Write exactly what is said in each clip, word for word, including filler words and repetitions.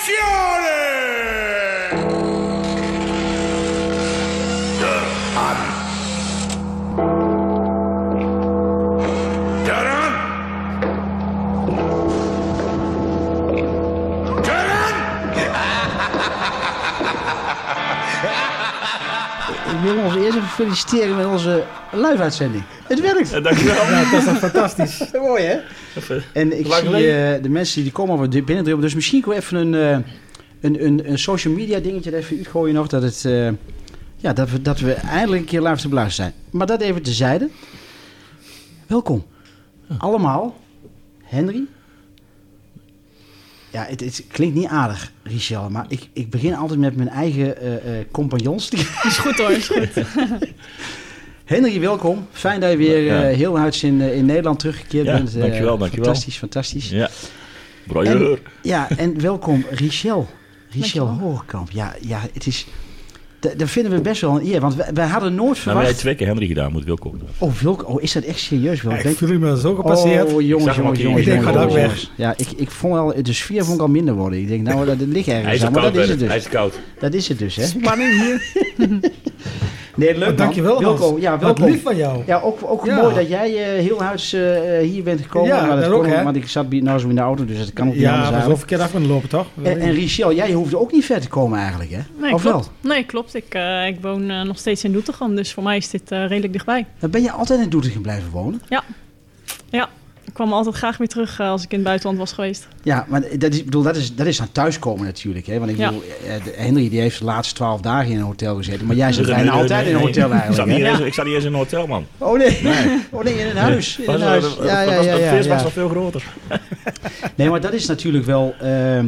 Attenzione! Ik wil ons eerst even feliciteren met onze live-uitzending. Het werkt. Ja, dankjewel. Ja, dat is fantastisch. Mooi, hè? Even. En ik zie uh, de mensen die komen over binnendrukken. Dus misschien kunnen we even een, uh, een, een, een social media dingetje er even uitgooien nog. Dat, het, uh, ja, dat, we, dat we eindelijk een keer live te beluisteren zijn. Maar dat even tezijde. Welkom. Ja. Allemaal. Henry. Ja, het, het klinkt niet aardig, Richel. Maar ik, ik begin altijd met mijn eigen uh, uh, compagnons. Is goed hoor, is goed. Henry, welkom. Fijn dat je weer uh, heel huids in, uh, in Nederland teruggekeerd ja, bent. Uh, dankjewel, dankjewel. Fantastisch, fantastisch. Ja, en, ja, en welkom Richel. Richel Hoogkamp. Ja, ja, het is... D- dat vinden we best wel een eer, want wij, wij hadden nooit verwacht... Nou, jij twee keer Henry gedaan, moet Wilco. Oh, Wilco, oh, is dat echt serieus? Ja, ik denk... voel me zo gepasseerd. Oh, jongens, jongens, jongens. Ik denk, ga dat weg. Ja, ik, ik vond al, de sfeer vond ik al minder worden. Ik denk, nou, dat ligt ergens. Hij is aan, koud, maar dat is het dus. Hij is koud. Dat is het dus, hè? Spanning hier. Nee, leuk, oh, dankjewel, Wilco. Ja, welkom. Wat lief van jou. Ja, ook, ook ja. mooi dat jij uh, heel huids uh, hier bent gekomen. Ja, maar dat dat kon ook, hè? Want ik zat nou zo in de auto, dus dat kan ook niet ja, anders zijn. Ja, we zijn verkeerd af kunnen lopen, toch? En, en Richel, jij hoefde ook niet ver te komen eigenlijk, hè? Nee, of klopt. wel? Nee, klopt. Ik, uh, ik woon uh, nog steeds in Doetinchem, dus voor mij is dit uh, redelijk dichtbij. Maar ben je altijd in Doetinchem blijven wonen? Ja. Ja. Ik kwam altijd graag weer terug uh, als ik in het buitenland was geweest. Ja, maar dat is, bedoel, dat is, dat is aan thuiskomen natuurlijk. Hè? Want ik ja. bedoel, Henry die heeft de laatste twaalf dagen in een hotel gezeten. Maar jij zit bijna nee, altijd nee, nee, in een hotel nee. eigenlijk. Ik zat, ja. eens, ik zat niet eens in een hotel, man. Oh nee, nee. Oh, nee in een huis. In een huis. Ja, ja, ja, ja, ja, ja, het feest ja. was nog veel groter. Nee, maar dat is natuurlijk wel... Uh,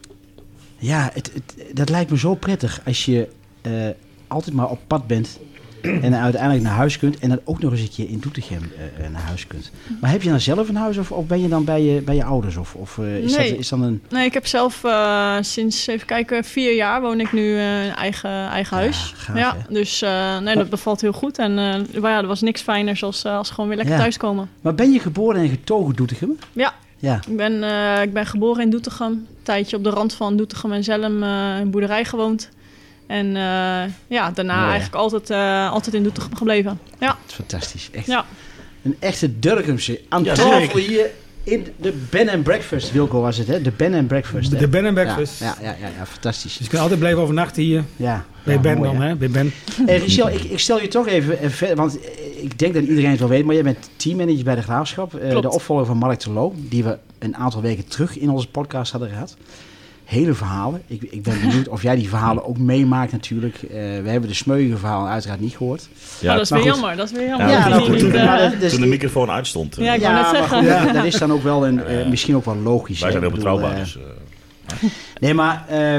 ja, het, het, dat lijkt me zo prettig als je uh, altijd maar op pad bent... en uiteindelijk naar huis kunt. En dan ook nog eens een keer in Doetinchem uh, naar huis kunt. Maar heb je dan zelf een huis of, of ben je dan bij je, bij je ouders? Of, of uh, is, nee. dat, is dan een... Nee, ik heb zelf uh, sinds, even kijken, vier jaar woon ik nu uh, in eigen, eigen huis. Ja, gaaf, ja, hè? Dus uh, nee, dat bevalt heel goed. En uh, maar ja, er was niks fijners als, uh, als gewoon weer lekker ja. thuiskomen. Maar ben je geboren en getogen Doetinchem? Ja. Ja. Ik ben, uh, ik ben geboren in Doetinchem. Een tijdje op de rand van Doetinchem en Zelhem uh, in boerderij gewoond. En uh, ja, daarna Mooi, eigenlijk altijd, uh, altijd in Doetinchem gebleven. Ja. Dat is fantastisch. Echt. Ja. Een echte Durkemse. Aan ja, tafel zeker. hier in de Ben and Breakfast. Wilco was het, hè? De Ben and Breakfast. De Ben and Breakfast. Ja, ja, ja, ja, fantastisch. Dus je kunt altijd blijven overnachten hier. Ja. Bij ja, Ben mooi, dan, hè? Bij Ben. Hey, Richel, ik, ik stel je toch even verder, want ik denk dat iedereen het wel weet, maar jij bent teammanager bij de Graafschap. Uh, de opvolger van Mark Terlouw, die we een aantal weken terug in onze podcast hadden gehad. Hele verhalen. Ik, ik ben benieuwd of jij die verhalen ook meemaakt natuurlijk. Uh, we hebben de smeuïge verhalen uiteraard niet gehoord. Ja, oh, dat is weer jammer. Dat is weer jammer. Ja, ja, nou, goed, toen, uh, maar dat, dus toen de microfoon uitstond. Ja, ik ja, wou net zeggen. Goed, ja, dat is dan ook wel een, uh, misschien ook wel logisch. Wij zijn heel betrouwbaar. Uh, dus, uh, nee, maar uh,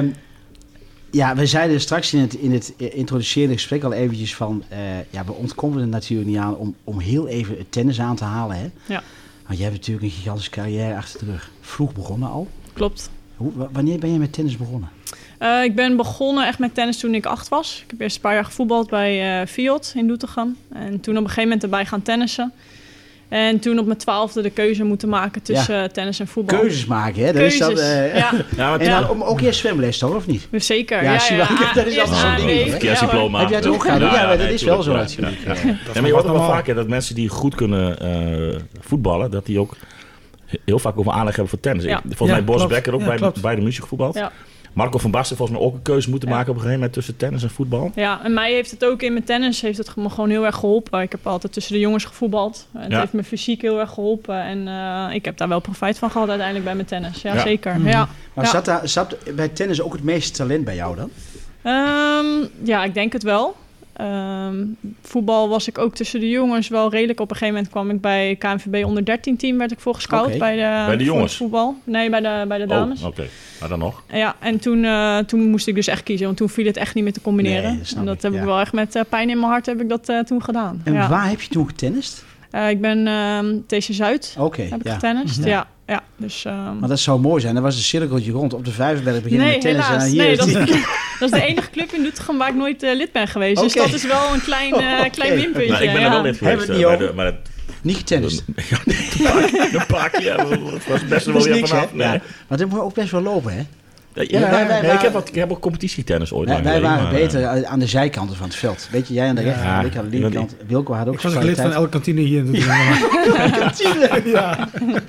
ja, we zeiden straks in het, in het introducerende gesprek al eventjes van... Uh, ja, we ontkomen er natuurlijk niet aan om, om heel even het tennis aan te halen. Hè? Ja. Want jij hebt natuurlijk een gigantische carrière achter de rug. Vroeg begonnen al. Klopt. Hoe, w- wanneer ben je met tennis begonnen? Uh, ik ben begonnen echt met tennis toen ik acht was. Ik heb eerst een paar jaar gevoetbald bij uh, Fiat in Doetinchem. En toen op een gegeven moment erbij gaan tennissen. En toen op mijn twaalfde de keuze moeten maken tussen ja. tennis en voetbal. Keuzes maken, hè? Dat Keuzes, is dat, uh, ja. ja en dan ja. ook eerst zwemles, toch? Of niet? Zeker, ja. ja, ja, ja. Dat is altijd zo'n ding. Een verkeersdiploma. Heb jij het ook gedaan? Ja, ja, maar dat is wel zo natuurlijk. Ja, ja. Ja. Ja, maar je hoort ook wel vaker dat mensen die goed kunnen uh, voetballen, dat die ook heel vaak over aanleg hebben voor tennis. Ja. Volgens ja, mij Bos klopt. Becker ook ja, bij, klopt. bij de muziek gevoetbald. Ja. Marco van Basten volgens mij ook een keuze moeten ja. maken op een gegeven moment tussen tennis en voetbal. Ja, en mij heeft het ook in mijn tennis heeft het me gewoon heel erg geholpen. Ik heb altijd tussen de jongens gevoetbald. Het ja. heeft me fysiek heel erg geholpen. En uh, ik heb daar wel profijt van gehad uiteindelijk bij mijn tennis. Ja, ja. zeker. Mm-hmm. Ja. Maar ja. zat, daar, zat bij tennis ook het meeste talent bij jou dan? Um, ja, ik denk het wel. Um, voetbal was ik ook tussen de jongens wel redelijk. Op een gegeven moment kwam ik bij K N V B onder dertien team, werd ik voor gescout. Okay. Bij de, bij de jongens? voetbal. Nee, bij de, bij de dames. Oh, oké. Okay. Maar dan nog? Ja, en toen, uh, toen moest ik dus echt kiezen. Want toen viel het echt niet meer te combineren. Nee, dat en dat ik, heb ja. ik wel echt met uh, pijn in mijn hart heb ik dat uh, toen gedaan. En ja. waar heb je toen getennist? Uh, ik ben uh, T C Zuid. Oké, okay, heb ik ja. getennist. Ja. ja. Ja, dus, um... Maar dat zou mooi zijn. Er was een cirkeltje rond op de Vijverberg beginnen nee, met tennis. Helaas. En hier nee, is dat, die... is, dat is de enige club in Doetinchem waar ik nooit uh, lid ben geweest. Okay. Dus dat is wel een klein, uh, okay. klein winpuntje. Nou, ik ben ja. er wel lid geweest. Hebben we het niet uh, maar het, niet getennist? Ja, een paar keer. Het was best wel weer niks, vanaf. Nee. Ja. Maar dat moet ook best wel lopen, hè? Ja, Ja, wij- wij nee, waren- ik, heb wat, ik heb ook competitietennis ooit Wij, lang wij geleden, waren maar, beter eh, aan de zijkanten van het veld. Weet je, jij aan de Ja. rechterkant, ik aan de linkerkant. Wilco had ook Ik was zijn ook lid van kwaliteit. elke kantine hier. Dus ja.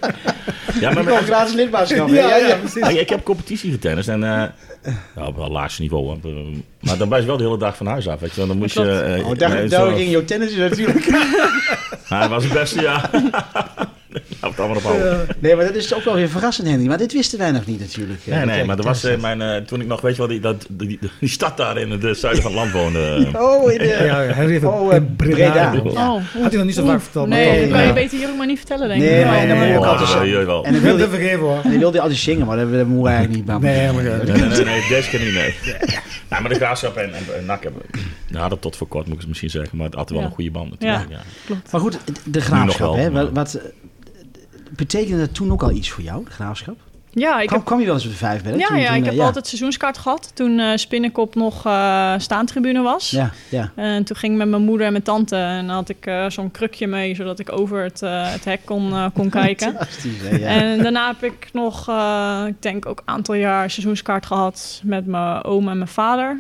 Ja, maar Ik kwam gratis lidmaatschap. hè? Ja, Ja, ja. precies. ik, ik heb competitie getennist en uh, ja, op wel laagste niveau. Want, uh, maar dan ben je wel de hele dag van huis af. Weet je, wel. Dan moest je. Klopt. Uh, Oh, daar, nee, daar zo- ging jouw tennis natuurlijk. Ja, dat was het beste, ja. Nou, het allemaal op houden. Nee, maar dat is ook wel weer verrassend, Henry. Maar dit wisten wij nog niet natuurlijk. Nee, Dat nee, jij maar er was tennis uh, mijn, uh, toen ik nog, weet je wel, die, dat, die, die stad daar in het zuiden van het land woonde. Uh, had. Oh, in de... Ja, Henry heeft Oh, een eh, in Breda. Breda. gewoond. Ja. Oh, Had hij nog niet zo vaak verteld. maar Nee, toch, dat ja. kan je beter hier ook maar niet vertellen, denk ik. Nee, maar Oh, dan moet je ook oh, altijd dat zo. wil je wel. En dan Ik wil wilde het even vergeven hoor. en dan wilde hij altijd zingen, maar dat, dat moeten we eigenlijk niet. Nee, helemaal niet. Nee, nee, nee, nee, deze ken ik niet, nee. Nou, maar de Graafschap en, en, en N A C hebben... Ja, dat tot voor kort moet ik het misschien zeggen, maar het had wel Ja. een goede band natuurlijk. Ja. Maar goed, de graafschap, wel, hè? maar- Wat, wat eh, betekende dat toen ook al iets voor jou, de graafschap? Ja, ik Kwam, heb, kwam je wel eens op de vijf bij? ja, toen, ja, toen, ik eh, heb altijd seizoenskaart gehad toen uh, Spinnenkop nog uh, staantribune was. Ja, ja. En toen ging ik met mijn moeder en mijn tante en dan had ik uh, zo'n krukje mee, zodat ik over het, uh, het hek kon, uh, kon kijken. Fantastisch, hè, ja. En daarna heb ik nog, uh, ik denk ook een aantal jaar seizoenskaart gehad met mijn oom en mijn vader.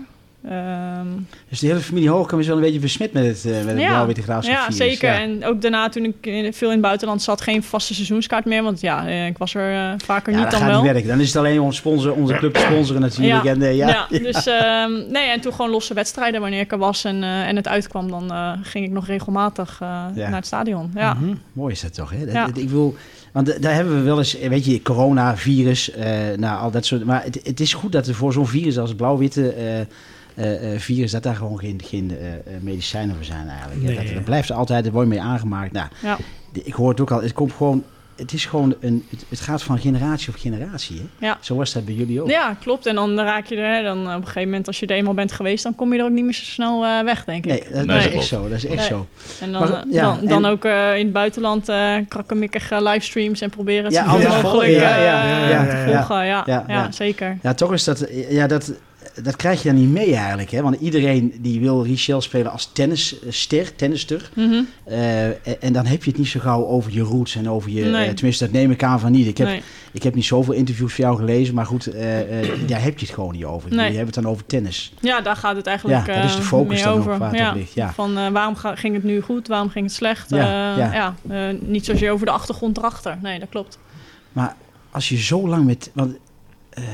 Um, Dus de hele familie Hoogkamp is wel een beetje besmet met het, uh, met het ja, blauw-witte graafschap ja, virus. zeker. Ja. En ook daarna toen ik in, veel in het buitenland zat, geen vaste seizoenskaart meer. Want ja, eh, ik was er uh, vaker Ja, niet dat dan gaat wel. niet werken. Dan is het alleen om sponsor, onze club te sponsoren natuurlijk. Ja, En, uh, ja, ja, dus um, nee, en toen gewoon losse wedstrijden wanneer ik er was en, uh, en het uitkwam, dan uh, ging ik nog regelmatig uh, Ja. naar het stadion. Ja. Mhm. Mooi is dat toch, hè? Dat, Ja. dat- ik wil, want uh, daar hebben we wel eens, weet je, corona, virus, uh, nou, al dat soort... Maar het, het is goed dat er voor zo'n virus als het blauw-witte uh, uh, uh, virus, dat daar gewoon geen, geen uh, medicijnen voor zijn eigenlijk. Nee. Dat, dat blijft er altijd, er wordt mee aangemaakt. Nou, Ja. de- ik hoor het ook al, het komt gewoon... Het is gewoon een, het, het gaat van generatie op generatie, hè? Ja. Zo was dat bij jullie ook. Ja, klopt. En dan raak je er, dan op een gegeven moment, als je er eenmaal bent geweest, dan kom je er ook niet meer zo snel uh, weg, denk ik. Nee, dat, Nee, dat is dat echt klopt. zo. Dat is echt Nee. zo. En dan, Maar, uh, ja, dan, dan en- ook uh, in het buitenland uh, krakkemikkige livestreams en proberen het Ja, zoveel altijd mogelijk volgen, ja, uh, ja, ja, te ja, volgen. Ja, ja, ja, ja. zeker. Ja, toch is dat... Ja, dat... Dat krijg je dan niet mee eigenlijk, hè? Want iedereen die wil Richel spelen als tennisster, tennister. Mhm. Uh, en, en dan heb je het niet zo gauw over je roots en over je... Nee. Uh, tenminste, dat neem ik aan van niet. Ik heb, Nee. ik heb niet zoveel interviews voor jou gelezen, maar goed, uh, uh, daar heb je het gewoon niet over. Nee. Je hebt het dan over tennis. Ja, daar gaat het eigenlijk Ja, dat is de uh, focus meer dan ook over. waar het ja. op ligt, ja. Van uh, waarom ga, ging het nu goed, waarom ging het slecht? Ja, Uh, ja. ja. Uh, niet zozeer over de achtergrond erachter. Nee, dat klopt. Maar als je zo lang met... Want, uh,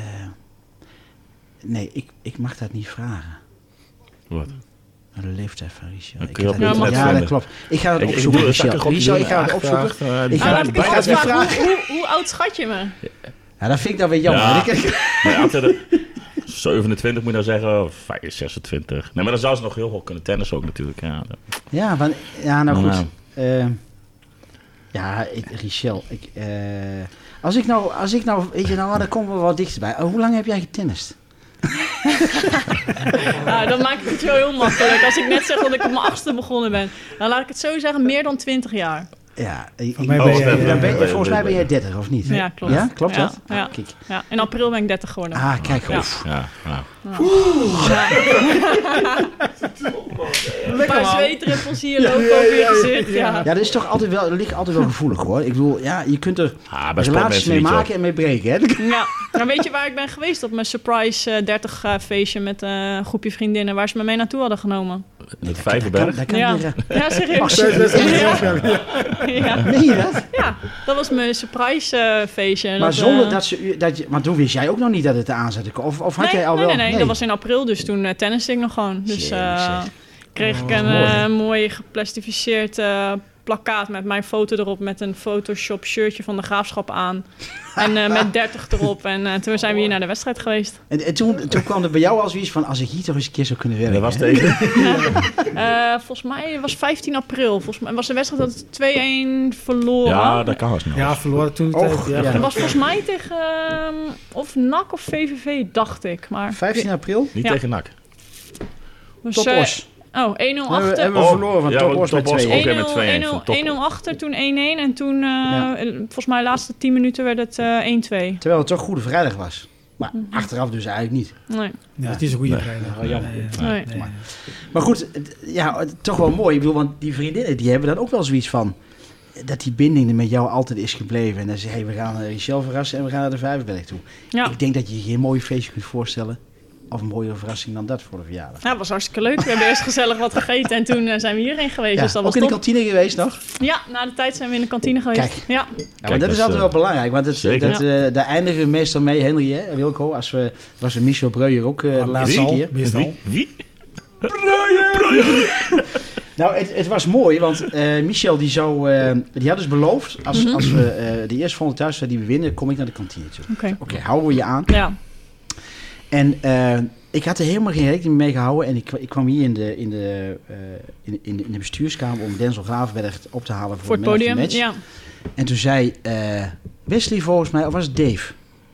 nee, ik, ik mag dat niet vragen. Wat? Maar de leeftijd van Richel. Dat Ik kun je heb op dat- internet ja, dat vinden. klopt. Ik ga het Ik- ik opzoeken, doe- zal ik Richel. een Richel, gokje ik ga het doen? opzoeken. Acht, uh, Ik die- ga Ah, het- laat ik ik het ga het vast niet vragen. vragen. Hoe, hoe oud schat je me? Ja, dat vind ik dan weer jammer. Ja. want ik- Nee, achter de zevenentwintig moet je dan zeggen, of vijf, zesentwintig. Nee, maar dan zou ze nog heel hoog kunnen tennissen ook natuurlijk. Ja, Ja, want, ja nou goed. Nou. Uh, ja, ik, Richel, ik, uh, als ik nou, als ik nou, weet je nou, dan komen we wat dichterbij. Uh, hoe lang heb jij getennist? Nou, dan maak ik het zo heel makkelijk. Als ik net zeg dat ik op mijn achtste begonnen ben. Dan laat ik het zo zeggen, meer dan twintig jaar. Ja, ik, Voor mij Oh, ben wacht jij, even. eh, dan ben je- Nee, volgens nee, mij ben nee. jij dertig, of niet? Ja, klopt. Ja, klopt Ja, dat? ja. Ah, kijk. Ja, in april ben ik dertig geworden. Ah, kijk. Ja. Oef. ja, ja. Ja. Een paar zweetdruppels hier lopen over je gezicht. Ja. Ja, dat is toch altijd wel, dat ligt altijd wel gevoelig hoor. Ik bedoel, ja, je kunt er Ah, bij relaties sportmensen mee niet, maken joh. en mee breken, hè? Ja, maar weet je waar ik ben geweest op mijn surprise uh, dertig uh, feestje met uh, een groepje vriendinnen waar ze me mee naartoe hadden genomen? Het Vijverberg. Daar kan Ja, je, ja serieus. Ach, serieus? Ja. Ja. meen je dat? Ja, dat was mijn surprise uh, feestje. Maar dat, zonder uh, dat ze, u- dat je, want toen wist jij ook nog niet dat het aan zat te komen. Of, of had nee, jij al nee, wel? nee, nee, dat was in april, dus toen uh, tenniste ik nog gewoon. Dus Jezus. uh, kreeg ik een mooi, uh, hè? mooi geplastificeerd uh, plakkaat met mijn foto erop, met een Photoshop shirtje van de Graafschap aan. En uh, met dertig erop. En uh, toen zijn we hier naar de wedstrijd geweest. En, en toen, toen kwam er bij jou als iets van, als ik hier toch eens een keer zou kunnen werken. Dat was hè? tegen. Uh, volgens mij was vijftien april. Volgens mij was de wedstrijd dat het twee-een verloren. Ja, dat kan wel snel. Ja, verloren toen de Och, tijd. Ja. ja. Dat was volgens mij tegen um, of N A C of V V V, dacht ik. Maar vijftien april, Niet Ja. tegen N A C. dus, Top uh, Os. Oh, één nul Hebben we, achter. hebben we verloren van ja, Top Os met Top Os twee. ook. Oké, met twee-een van Top. één nul achter, toen één-één. En toen, uh, Ja. volgens mij, de laatste tien minuten werd het uh, één-twee. Terwijl het toch Goede Vrijdag was. Maar Mhm. achteraf dus eigenlijk niet. Nee, Ja, het is een goede Nee. vrijdag. Oh, jammer. Nee, nee. nee. Maar goed, het- ja, het- toch wel mooi. Ik bedoel, want die vriendinnen die hebben dan ook wel zoiets van... dat die binding er met jou altijd is gebleven. En dan zeg je, hey, we gaan Richel verrassen en we gaan naar de Vijverberg toe. Ja. Ik denk dat je je geen mooie feestje kunt voorstellen. Of een mooiere verrassing dan dat voor de verjaardag. Ja, het was hartstikke leuk. We hebben eerst gezellig wat gegeten en toen uh, zijn we hierheen geweest. Ja, Dus dat ook was in de top. kantine geweest nog? Ja, na de tijd zijn we in de kantine geweest. Kijk. Ja. Ja, maar Kijk, dat is dat altijd is, wel belangrijk. Want het, zeker. dat, uh, daar eindigen we meestal mee, Henry hè, Wilco. Als we, was we Michel Breuer ook uh, de laatste meestal. keer. Meestal. Wie? Nou, het, het was mooi, want uh, Michel die zou, uh, die had dus beloofd, als, Mhm. als we uh, de eerste volgende thuiswedstrijd die we winnen, kom ik naar de kantine toe. Oké. Oké, okay, houden we je aan. Ja. En uh, ik had er helemaal geen rekening mee gehouden en ik, ik kwam hier in de, in, de, uh, in, in, in de bestuurskamer om Denzel Gravenberg op te halen voor, Voor het de man of the podium. match. Ja. En toen zei uh, Wesley volgens mij, of was het Dave?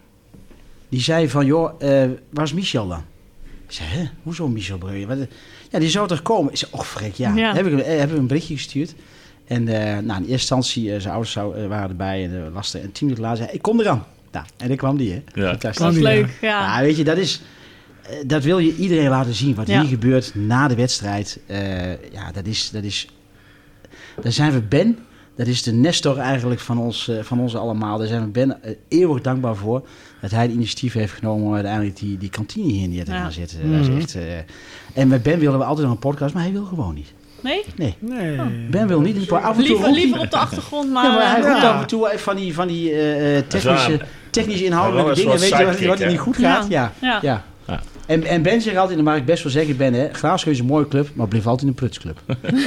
Die zei van, joh, uh, waar is Michel dan? Ik zei, hè, hoezo Michel Breuer? Wat, ja, die zou toch komen? Ik zei, och frek, ja. Ja. Heb ik, uh, hebben we een berichtje gestuurd. En uh, nou, in eerste instantie, uh, zijn ouders zou, uh, waren erbij en uh, lastig. En tien minuten later zei hij, ik kom eraan. Nou, en dan kwam die, hè. Ja. Fantastisch. Dat was Ja. leuk. Ja. Ja, weet je, dat is... uh, dat wil je iedereen laten zien. Wat Ja. hier gebeurt na de wedstrijd. Uh, ja, dat is... Dat is daar zijn we Ben... Dat is de Nestor eigenlijk van ons, uh, van ons allemaal. Daar zijn we Ben uh, eeuwig dankbaar voor. Dat hij het initiatief heeft genomen om uiteindelijk die, die kantine hier neer te Ja. gaan zetten. Mhm. Dat is echt, uh, en met Ben wilden we altijd nog een podcast, maar hij wil gewoon niet. Nee? Nee, Nee. Ben wil niet. Af en toe Liever, roept liever hij- op de achtergrond, maar... ja, maar hij uh, roept Ja. af en toe even van die, van die uh, technische, waar. technisch Maar inhoudelijke wel een dingen. soort Weet je wat, sidekick, wat er hè? niet goed gaat? Ja. Ja. Ja. ja. Ja. En, en Ben zegt altijd, en dan mag ik best wel zeggen, Ben, hè, Graafschap is een mooie club, maar blijft altijd een prutsclub.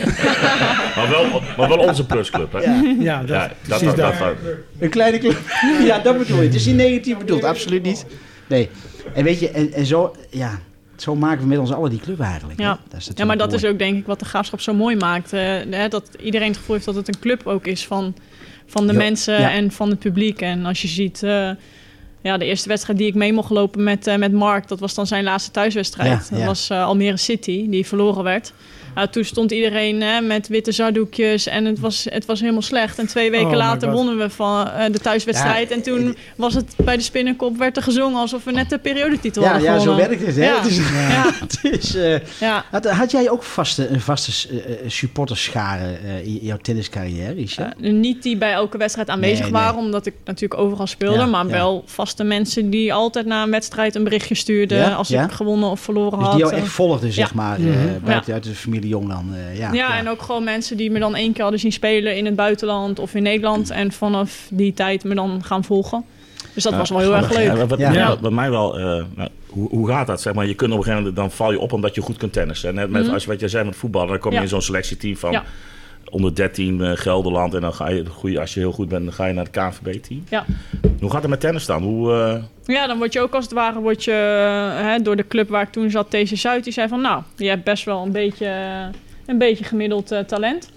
Maar wel, maar wel onze plusclub, hè? Ja. Ja, dat, Ja, dat, precies dat, daar. dat, Een kleine club. Ja, dat bedoel je. Het is niet negatief bedoeld, absoluut niet. Nee. En weet je, en, en zo, ja, zo maken we met ons allen die club eigenlijk. Ja. Hè? Dat is natuurlijk Ja, maar dat mooi. is ook denk ik wat de Graafschap zo mooi maakt. Eh, hè, dat iedereen het gevoel heeft dat het een club ook is van, van de Jo, mensen ja. en van het publiek. En als je ziet, eh, ja, de eerste wedstrijd die ik mee mocht lopen met, uh, met Mark, dat was dan zijn laatste thuiswedstrijd. Ja, dat ja. was uh, Almere City, die verloren werd. Nou, toen stond iedereen hè, met witte zakdoekjes en het was, het was helemaal slecht. En twee weken Oh my later God. wonnen we van uh, de thuiswedstrijd. Ja, en toen was het bij de Spinnenkop, werd er gezongen alsof we net de periodetitel Ja, hadden ja, zo gewonnen. werkt het. Hè? Ja. Het is, Ja. het is, uh, Ja. had, had jij ook vaste, een vaste uh, supporterschare uh, in jouw tenniscarrière, Richard? Uh, niet die bij elke wedstrijd aanwezig Nee, waren, nee. omdat ik natuurlijk overal speelde. Ja, maar ja. wel vaste mensen die altijd na een wedstrijd een berichtje stuurden. Ja, als ja. ik gewonnen of verloren Dus had. die jou echt volgden, zeg Ja. maar, uh, Mhm. buiten uit de familie Jong dan. Uh, ja, ja, ja, en ook gewoon mensen die me dan één keer hadden zien spelen in het buitenland of in Nederland. En vanaf die tijd me dan gaan volgen. Dus dat Ja, was wel heel erg leuk. Ja, wat, Ja. ja. wat, wat mij wel... uh, nou, hoe, hoe gaat dat? Zeg maar, je kunt op een gegeven moment... Dan val je op omdat je goed kunt tennissen. Net met, Mhm. als je wat jij zei met voetballen... Dan kom je Ja. in zo'n selectieteam van... Ja. onder dertien uh, Gelderland. En dan ga je... Goeie, als je heel goed bent, dan ga je naar het K N V B-team. Ja. Hoe gaat het met tennis dan? Hoe... Uh, Ja, dan word je ook als het ware word je, uh, hè, door de club waar ik toen zat, T C Zuid, die zei van nou, je hebt best wel een beetje, een beetje gemiddeld uh, talent.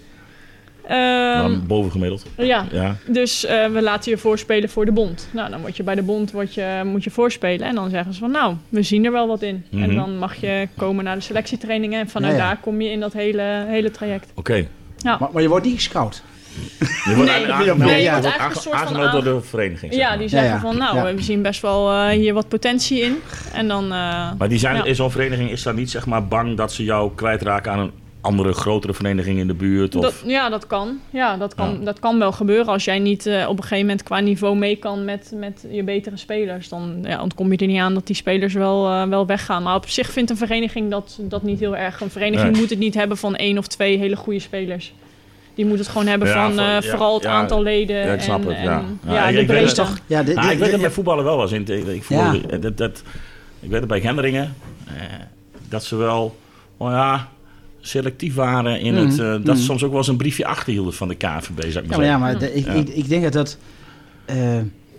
Um, dan bovengemiddeld. ja, Ja. dus uh, we laten je voorspelen voor de bond. Nou, dan word je bij de bond word je, moet je voorspelen. En dan zeggen ze van nou, we zien er wel wat in. Mhm. En dan mag je komen naar de selectietrainingen. En vanuit Ja, ja. daar kom je in dat hele, hele traject. Oké. Okay. Ja. Maar, maar je wordt niet gescout. Je wordt Nee, aange- nee, aangemeld, je je wordt wordt eigenlijk aange- een soort van aangemeld door aange- de vereniging. zeg Ja, maar. die zeggen Ja, ja. van nou, Ja. we zien best wel uh, hier wat potentie in. En dan... Uh, Maar die zijn, ja. in zo'n vereniging is daar niet zeg maar bang dat ze jou kwijtraken aan een andere, grotere vereniging in de buurt? Of... Dat, ja, dat kan. Ja, dat kan, Ja. dat kan wel gebeuren. Als jij niet uh, op een gegeven moment qua niveau mee kan met, met je betere spelers, dan ja, ontkom je er niet aan dat die spelers wel, uh, wel weggaan. Maar op zich vindt een vereniging dat, dat niet heel erg. Een vereniging Nee. moet het niet hebben van één of twee hele goede spelers. Die moet het gewoon hebben Ja, van voor- uh, ja, vooral het ja. aantal leden. Ja, ik snap en, het, en, ja. ja, Ja, ik- de ik weet breedte. het toch? Ja, dit, Nou, dit- ik weet dat dit- bij voetballen wel was. In, ik, voel, Ja. dat, dat, ik weet het bij Gendringen. Eh, dat ze wel, oh ja, selectief waren in Mhm, het... eh, dat mhm. ze soms ook wel eens een briefje achterhielden van de K N V B, zou ik maar Ja, maar, zeggen. ja, maar de- ik, Ja. ik, ik denk dat dat... eh,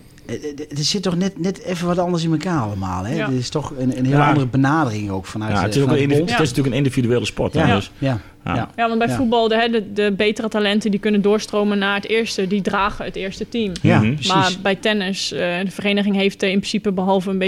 er zit toch net, net even wat anders in elkaar allemaal. Hè? Ja. Er is toch een, een hele Ja. andere benadering ook vanuit Ja, het, eh, is ook een, vanuit de individu- bond. het is natuurlijk een individuele sport. hè, Ja, Dus, ja, Ja. ja. Ja, want bij Ja. voetbal, de, de, de betere talenten die kunnen doorstromen naar het eerste. Die dragen het eerste team. Ja, Mhm. precies. Maar bij tennis, uh, de vereniging heeft uh, in principe behalve een beetje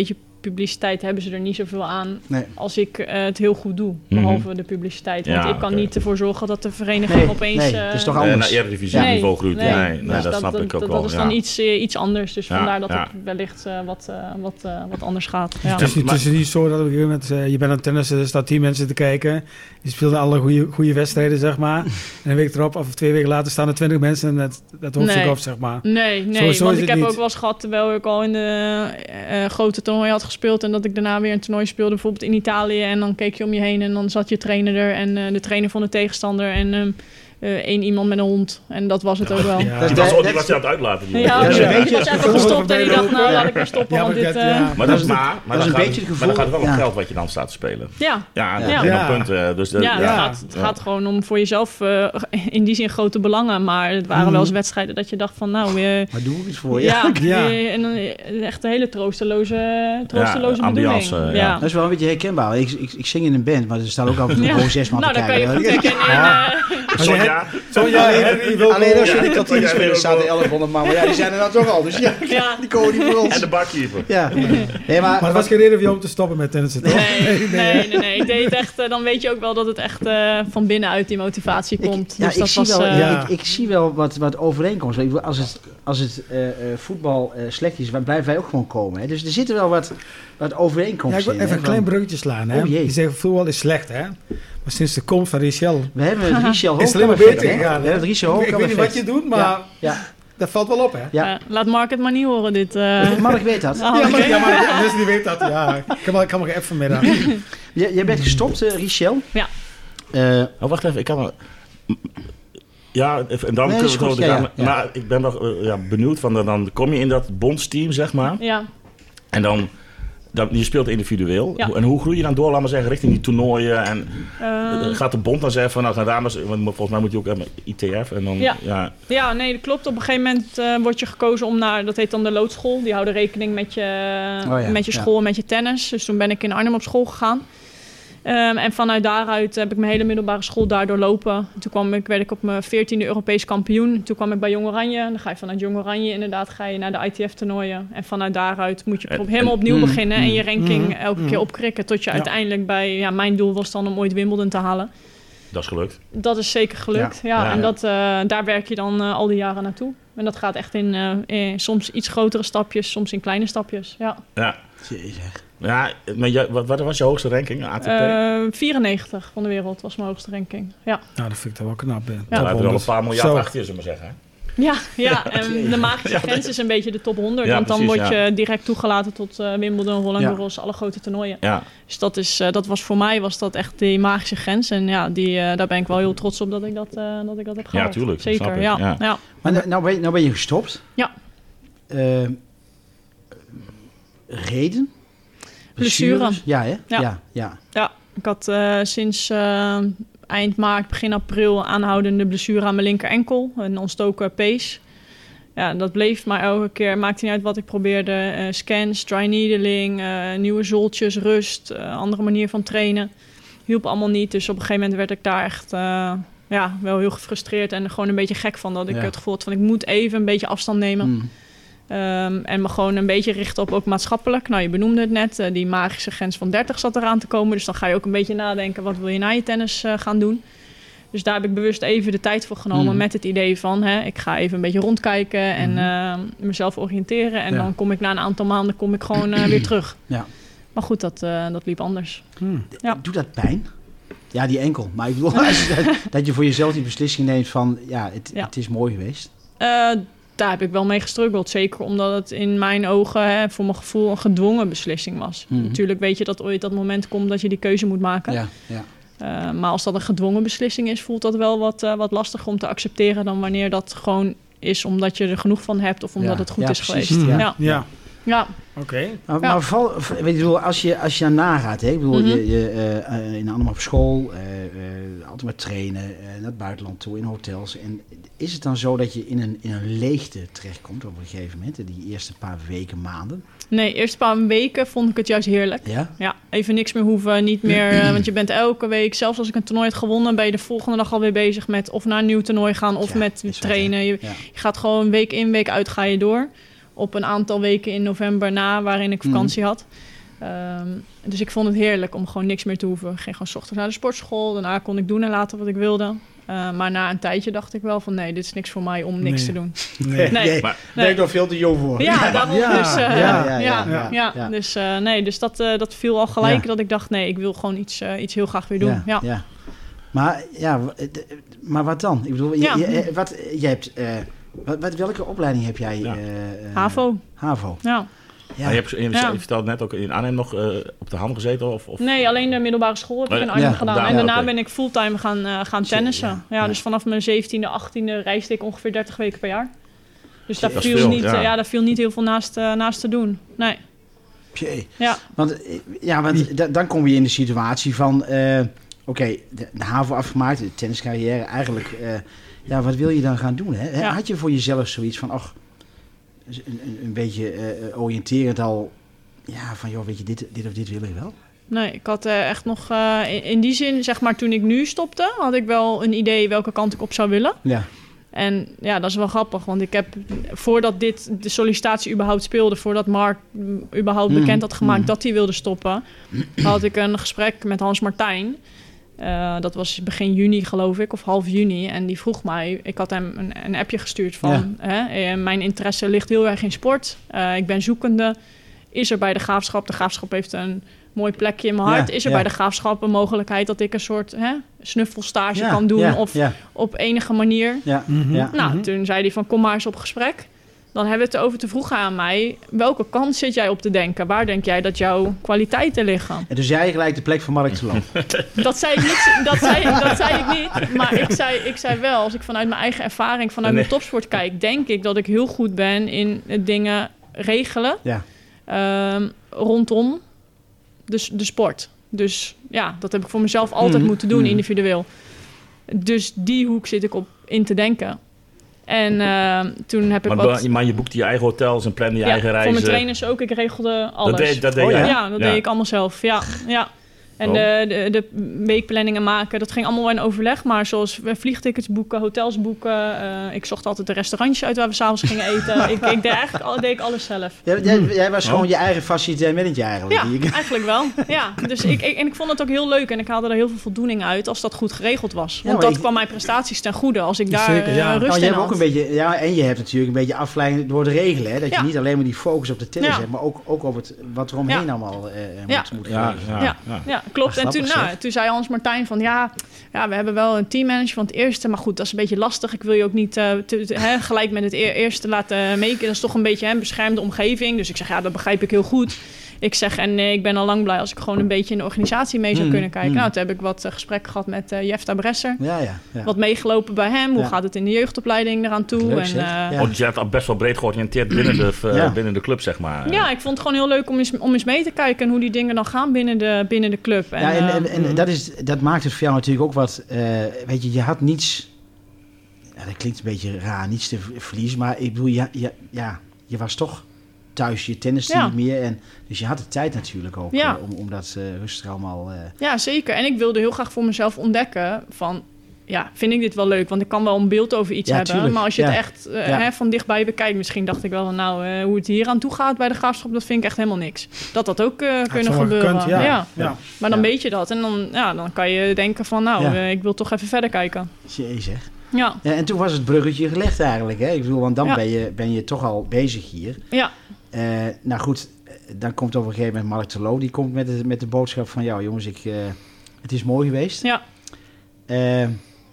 publiciteit hebben ze er niet zoveel aan Nee. als ik uh, het heel goed doe. Behalve de publiciteit. Want Ja, ik kan okay. niet ervoor zorgen dat de vereniging Nee, opeens... nee, uh, het is toch Uh, anders. naar Eredivisie-niveau Nee, groeit. nee. Nee, nee, Dus dat, snap dat, ik ook dat, wel. Dat is ja. dan iets, uh, iets anders. Dus Ja, vandaar dat ja. het wellicht uh, wat, uh, wat, uh, wat, uh, wat anders gaat. Ja. Het is niet, Maar- het is niet zo dat op een gegeven moment, uh, je bent aan het tennissen, er staan tien mensen te kijken. Je speelt alle goede, goede wedstrijden, zeg maar. En een week erop, of twee weken later, staan er twintig mensen en dat, dat hoofdstuk Nee. af, zeg maar. Nee, nee Zo- zo want is ik het heb niet. ook wel eens gehad terwijl ik al in de uh, grote toernooi had gespeeld en dat ik daarna weer een toernooi speelde, bijvoorbeeld in Italië. En dan keek je om je heen en dan zat je trainer er en uh, de trainer van de tegenstander en um, uh, één iemand met een hond. En dat was het ook wel. Ja. Dat Die is was, de- die dat was is- je aan het uitlaten. Die Ja, jongen. dat is die een beetje was het even gevoel gestopt en die dacht, nou Ja. laat ik weer stoppen, Ja, want maar dit... dat- uh, ja. Maar dat, Dat is is maar, het- maar, dat is dan een gaat, beetje het maar gevoel- dan gaat het wel om ja. geld wat je dan staat te spelen. ja, Ja, dat Ja. is wel Ja. een punt. uh, Dus de, Ja, Ja. Het, gaat, het Ja. gaat gewoon om voor jezelf uh, in die zin grote belangen. Maar het waren wel eens wedstrijden dat je dacht van nou... Uh, Waar doe ik het voor? ja, Ja. uh, en dan uh, echt een hele troosteloze, troosteloze Ja, bedoeling. ambiance, uh, ja. Dat is wel een beetje herkenbaar. Ik, ik, ik zing in een band, maar er staan ook af en toe Ja. gewoon zes man Nou, te dan kan je kijken. goed herkennen in... Uh, Sonja, Sonja, Henry, welkom. Alleen als je in Ja, de kantine ja, spelen ja, staan er ja. elfhonderd man. Maar ja, die zijn er nou toch al. Dus ja, ja. die komen niet voor ons. en de barkeeper. Ja. Nee, maar, Maar er was geen reden voor jou om te stoppen met tennissen, toch? Nee, nee, nee, nee. Ik deed het echt, uh, dan weet je ook wel dat het echt uh, van binnenuit die motivatie komt. Ik, ja, dus ik, dat zie was... wel, uh, ja. ik, ik zie wel wat, wat overeenkomst. Ik bedoel, Als het, als het uh, uh, voetbal uh, slecht is, dan blijven wij ook gewoon komen. Hè? Dus er zitten wel wat, wat Ja, overeenkomsten ik wil in. even hè, een klein van- bruggetje slaan. Hè? Oh, jee. Je zegt voetbal is slecht, hè? Maar sinds de komst van Richel We hebben het Richel is het alleen maar Hoogkamp beter effect, hè? gegaan. We hebben het Richel Ik, ik Hoogkamp weet niet wat effect. je doet, maar Ja, ja. dat valt wel op, hè? Ja. uh, laat Mark het maar niet horen, dit. Uh... Mark weet dat. Oh, Ja, maar, oké. ja, maar mensen die weten dat. Ja, ik kan wel, ik kan wel even vanmiddag. Jij, jij bent gestopt, uh, Richel. Ja. Uh, Oh, wacht even. Ik kan wel... Ja, en dan Nee, kunnen is we goed, het ja, gaan. ja, ja. Maar ik ben wel uh, ja, benieuwd. Van, de- dan kom je in dat bondsteam, zeg maar. Ja. En dan, dan je speelt individueel. Ja. En hoe groei je dan door, laat maar zeggen, richting die toernooien? En Uh, gaat de bond dan zeggen van, nou, gaan dames, want volgens mij moet je ook hebben I T F. En dan, Ja. ja. Ja, nee, dat klopt. Op een gegeven moment uh, word je gekozen om naar, dat heet dan de loodschool. Die houden rekening met je, Oh ja, met je ja. school en met je tennis. Dus toen ben ik in Arnhem op school gegaan. Um, en vanuit daaruit heb ik mijn hele middelbare school daar doorlopen. Toen kwam ik, werd ik op mijn veertiende Europees kampioen. Toen kwam ik bij Jong Oranje. Dan ga je vanuit Jong Oranje inderdaad ga je naar de I T F-toernooien. En vanuit daaruit moet je En- helemaal en- opnieuw Mm, beginnen. En je mm, ranking mm, elke mm. keer opkrikken. Tot je Ja. uiteindelijk bij... Ja, mijn doel was dan om ooit Wimbledon te halen. Dat is gelukt. Dat is zeker gelukt. Ja. Ja, en ja. dat, uh, daar werk je dan uh, al die jaren naartoe. En dat gaat echt in, uh, in soms iets grotere stapjes, soms in kleine stapjes. Ja. Ja. Jezus. Ja, maar jij- wat, wat was je hoogste ranking? A T P? Uh, vierennegentig van de wereld was mijn hoogste ranking. Ja, Nou, dat vind ik dan wel knap. Hè. Ja. We hebben er al een paar miljard Zo. achter je, zullen we maar zeggen. hè? ja, ja. En de magische grens is een beetje de top honderd. Ja, want dan precies, word ja. je direct toegelaten tot uh, Wimbledon, Roland Ja. Garros, alle grote toernooien. Ja. Dus dat, is, uh, dat was voor mij was dat echt die magische grens. En ja, die, uh, daar ben ik wel heel trots op dat ik dat, uh, dat, ik dat heb gehaald. tuurlijk, dat Zeker, snap ik, ja. ja. ja. Maar nou, nou, ben je, nou ben je gestopt. Ja. Uh, reden? Blessure. Blessures? Ja, hè? Ja. Ja, ja. Ja, ik had uh, sinds uh, eind maart, begin april aanhoudende blessure aan mijn linker enkel. Een ontstoken pees. Ja, dat bleef maar elke keer. Maakte niet uit wat ik probeerde. Uh, scans, dry needling, uh, nieuwe zoltjes, rust, uh, andere manier van trainen. Hielp allemaal niet. Dus op een gegeven moment werd ik daar echt uh, ja, wel heel gefrustreerd en gewoon een beetje gek van. Dat ik Ja. het gevoel had van ik moet even een beetje afstand nemen. Mm. Um, en me gewoon een beetje richten op ook maatschappelijk. Nou, je benoemde het net, uh, die magische grens van dertig zat eraan te komen. Dus dan ga je ook een beetje nadenken, wat wil je na je tennis uh, gaan doen? Dus daar heb ik bewust even de tijd voor genomen Mm. met het idee van... Hè, ik ga even een beetje rondkijken en Mm. uh, mezelf oriënteren. En Ja. dan kom ik na een aantal maanden kom ik gewoon uh, weer terug. Ja. Maar goed, dat, uh, dat liep anders. Hmm. Ja. Doet dat pijn? Ja, die enkel. Maar ik bedoel, als je, dat, dat je voor jezelf die beslissing neemt van... Ja, het, Ja. het is mooi geweest. Uh, daar heb ik wel mee gestruggeld. Zeker omdat het in mijn ogen, hè, voor mijn gevoel, een gedwongen beslissing was. Mhm. Natuurlijk weet je dat ooit dat moment komt dat je die keuze moet maken. Ja, ja. Uh, maar als dat een gedwongen beslissing is, voelt dat wel wat, uh, wat lastiger om te accepteren dan wanneer dat gewoon is omdat je er genoeg van hebt of omdat Ja. het goed Ja, is precies. geweest. Ja. Ja. Ja, Ja. oké. Maar, Ja. maar val, weet je, bedoel, als je, als je daarna gaat, hè, ik bedoel, Mhm. je, je, uh, uh, in Arnhem op school, uh, uh, altijd maar trainen, uh, naar het buitenland toe, in hotels. En is het dan zo dat je in een, in een leegte terechtkomt op een gegeven moment, die eerste paar weken, maanden? Nee, eerst een paar weken vond ik het juist heerlijk. Ja? Ja, even niks meer hoeven, niet meer, uh, want je bent elke week, zelfs als ik een toernooi had gewonnen, ben je de volgende dag alweer bezig met of naar een nieuw toernooi gaan of Ja, met is wat, trainen. hè? Je, Ja. je gaat gewoon week in, week uit ga je door. Op een aantal weken in november na, waarin ik vakantie had. Um, dus ik vond het heerlijk om gewoon niks meer te hoeven. Ik ging gewoon 's ochtends naar de sportschool. Daarna kon ik doen en laten wat ik wilde. Uh, maar na een tijdje dacht ik wel van... nee, dit is niks voor mij om niks nee. te doen. Nee, nee. nee. Maar, ben ik nog veel te jong voor. Ja, daarom. Ja, dus, uh, ja, ja, ja, ja, ja, ja, ja. Dus, uh, nee, dus dat, uh, dat viel al gelijk ja. dat ik dacht... nee, ik wil gewoon iets, uh, iets heel graag weer doen. Ja, ja. ja. Maar, ja, maar wat dan? Ik bedoel, je, ja. je, wat, je hebt... Uh, wat, wat, welke opleiding heb jij? Ja. Uh, HAVO. HAVO. Ja. Ja. Je, hebt, je, ja. je vertelde net ook in Arnhem nog uh, op de hand gezeten? Of, of? Nee, alleen de middelbare school heb ik in Arnhem ja. gedaan. Ja, en daarna okay. ben ik fulltime gaan, uh, gaan tennissen. Ja, ja, ja, dus vanaf mijn zeventiende, achttiende reisde ik ongeveer dertig weken per jaar. Dus daar viel, veel, niet, ja. Uh, ja, daar viel niet heel veel naast, uh, naast te doen. Nee. Jee. Ja. Want, ja, want d- dan kom je in de situatie van... Uh, Oké, okay, de, de HAVO afgemaakt, de tenniscarrière. Eigenlijk, uh, ja, wat wil je dan gaan doen? Hè? Ja. Had je voor jezelf zoiets van... Och, een, een, een beetje uh, oriënterend al... Ja, van joh, weet je, dit, dit of dit wil ik wel? Nee, ik had uh, echt nog... Uh, in, in die zin, zeg maar, toen ik nu stopte... had ik wel een idee welke kant ik op zou willen. Ja. En ja, dat is wel grappig. Want ik heb, voordat dit de sollicitatie überhaupt speelde... voordat Mark überhaupt mm. bekend had gemaakt mm. dat hij wilde stoppen... had ik een gesprek met Hans Martijn... Uh, dat was begin juni, geloof ik, of half juni. En die vroeg mij... Ik had hem een, een appje gestuurd van... Ja. Hè, mijn interesse ligt heel erg in sport. Uh, ik ben zoekende... Is er bij de Graafschap... De Graafschap heeft een mooi plekje in mijn hart. Ja, is er ja. bij de Graafschap een mogelijkheid... dat ik een soort hè, snuffelstage ja, kan doen... Ja, of ja. op enige manier. Ja, mm-hmm. ja. Nou, mm-hmm. toen zei hij van... kom maar eens op gesprek. Dan hebben we het over te vroegen aan mij... welke kant zit jij op te denken? Waar denk jij dat jouw kwaliteiten liggen? En dus jij gelijk de plek van Mark Teloon? dat, zei ik niet, dat, zei, dat zei ik niet. Maar ik zei, ik zei wel... als ik vanuit mijn eigen ervaring... vanuit nee. mijn topsport kijk... denk ik dat ik heel goed ben in dingen regelen... Ja. Um, rondom de, de sport. Dus ja, dat heb ik voor mezelf altijd mm. moeten doen, mm. individueel. Dus die hoek zit ik op in te denken. En uh, toen heb ik maar, wat... Maar je boekte je eigen hotels en plande je ja, eigen reizen? voor mijn trainers ook. Ik regelde alles. Dat deed, dat deed oh, je? Ja, ja dat ja. deed ik allemaal zelf. Ja, ja. En oh. de, de, de weekplanningen maken, dat ging allemaal in overleg. Maar zoals vliegtickets boeken, hotels boeken. Uh, ik zocht altijd de restaurantjes uit waar we s'avonds gingen eten. ik, ik deed eigenlijk al, deed ik alles zelf. Jij, jij, jij was oh. gewoon je eigen facilitair manager eigenlijk. Ja, eigenlijk wel. Ja, dus ik, ik, en ik vond het ook heel leuk. En ik haalde er heel veel voldoening uit als dat goed geregeld was. Want ja, dat ik, kwam mijn prestaties ten goede. Als ik daar zeker, ja. uh, rust nou, in had. Ook een beetje, ja, en je hebt natuurlijk een beetje afleiding door de regelen. Hè? Dat ja. je niet alleen maar die focus op de tennis ja. hebt. Maar ook, ook op het, wat er omheen ja. allemaal uh, ja. moet, moet ja. geregeld. Ja. Ja. ja, klopt. En toen... Nou, toen zei Hans Martijn van ja, ja, we hebben wel een teammanager van het eerste, maar goed, dat is een beetje lastig. Ik wil je ook niet uh, te, te, hè, gelijk met het eerste laten meeken. Dat is toch een beetje een beschermde omgeving. Dus ik zeg ja, dat begrijp ik heel goed. Ik zeg en uh, ik ben al lang blij als ik gewoon een beetje in de organisatie mee zou mm, kunnen kijken. Mm. Nou, toen heb ik wat uh, gesprekken gehad met uh, Jefta Bresser. Ja, ja, ja. Wat meegelopen bij hem. Hoe ja. gaat het in de jeugdopleiding eraan toe? Leuk, en, uh, ja. oh, dus je hebt al best wel breed georiënteerd binnen de, uh, ja. binnen de club, zeg maar. Ja, ik vond het gewoon heel leuk om eens, om eens mee te kijken en hoe die dingen dan gaan binnen de, binnen de club. En, ja, en, en, en uh, dat, is, dat maakt het voor jou natuurlijk ook wat... Uh, weet je, je had niets... Ja, dat klinkt een beetje raar, niets te verliezen. Maar ik bedoel, ja, ja, ja je was toch... thuis, je tennis ja. niet meer. En, dus je had de tijd natuurlijk ook ja. uh, om, om dat uh, rustig allemaal... Uh... Ja, zeker. En ik wilde heel graag voor mezelf ontdekken van... ja, vind ik dit wel leuk? Want ik kan wel een beeld over iets ja, hebben. Tuurlijk. Maar als je ja. het echt uh, ja. hè, van dichtbij bekijkt... misschien dacht ik wel, nou, uh, hoe het hier aan toe gaat bij de Graafschap... dat vind ik echt helemaal niks. Dat dat ook uh, kunnen gebeuren. Gekund, ja. Ja. Ja. Maar dan ja. weet je dat. En dan, ja, dan kan je denken van, nou, ja. uh, ik wil toch even verder kijken. Jezus. Ja. Ja. En toen was het bruggetje gelegd eigenlijk. Hè? Ik bedoel, want dan ja. ben, je, ben je toch al bezig hier. Ja. Uh, nou goed, dan komt op een gegeven moment Mark Teloon. Die komt met de, met de boodschap van... ja, jongens, ik, uh, het is mooi geweest. Ja. Uh,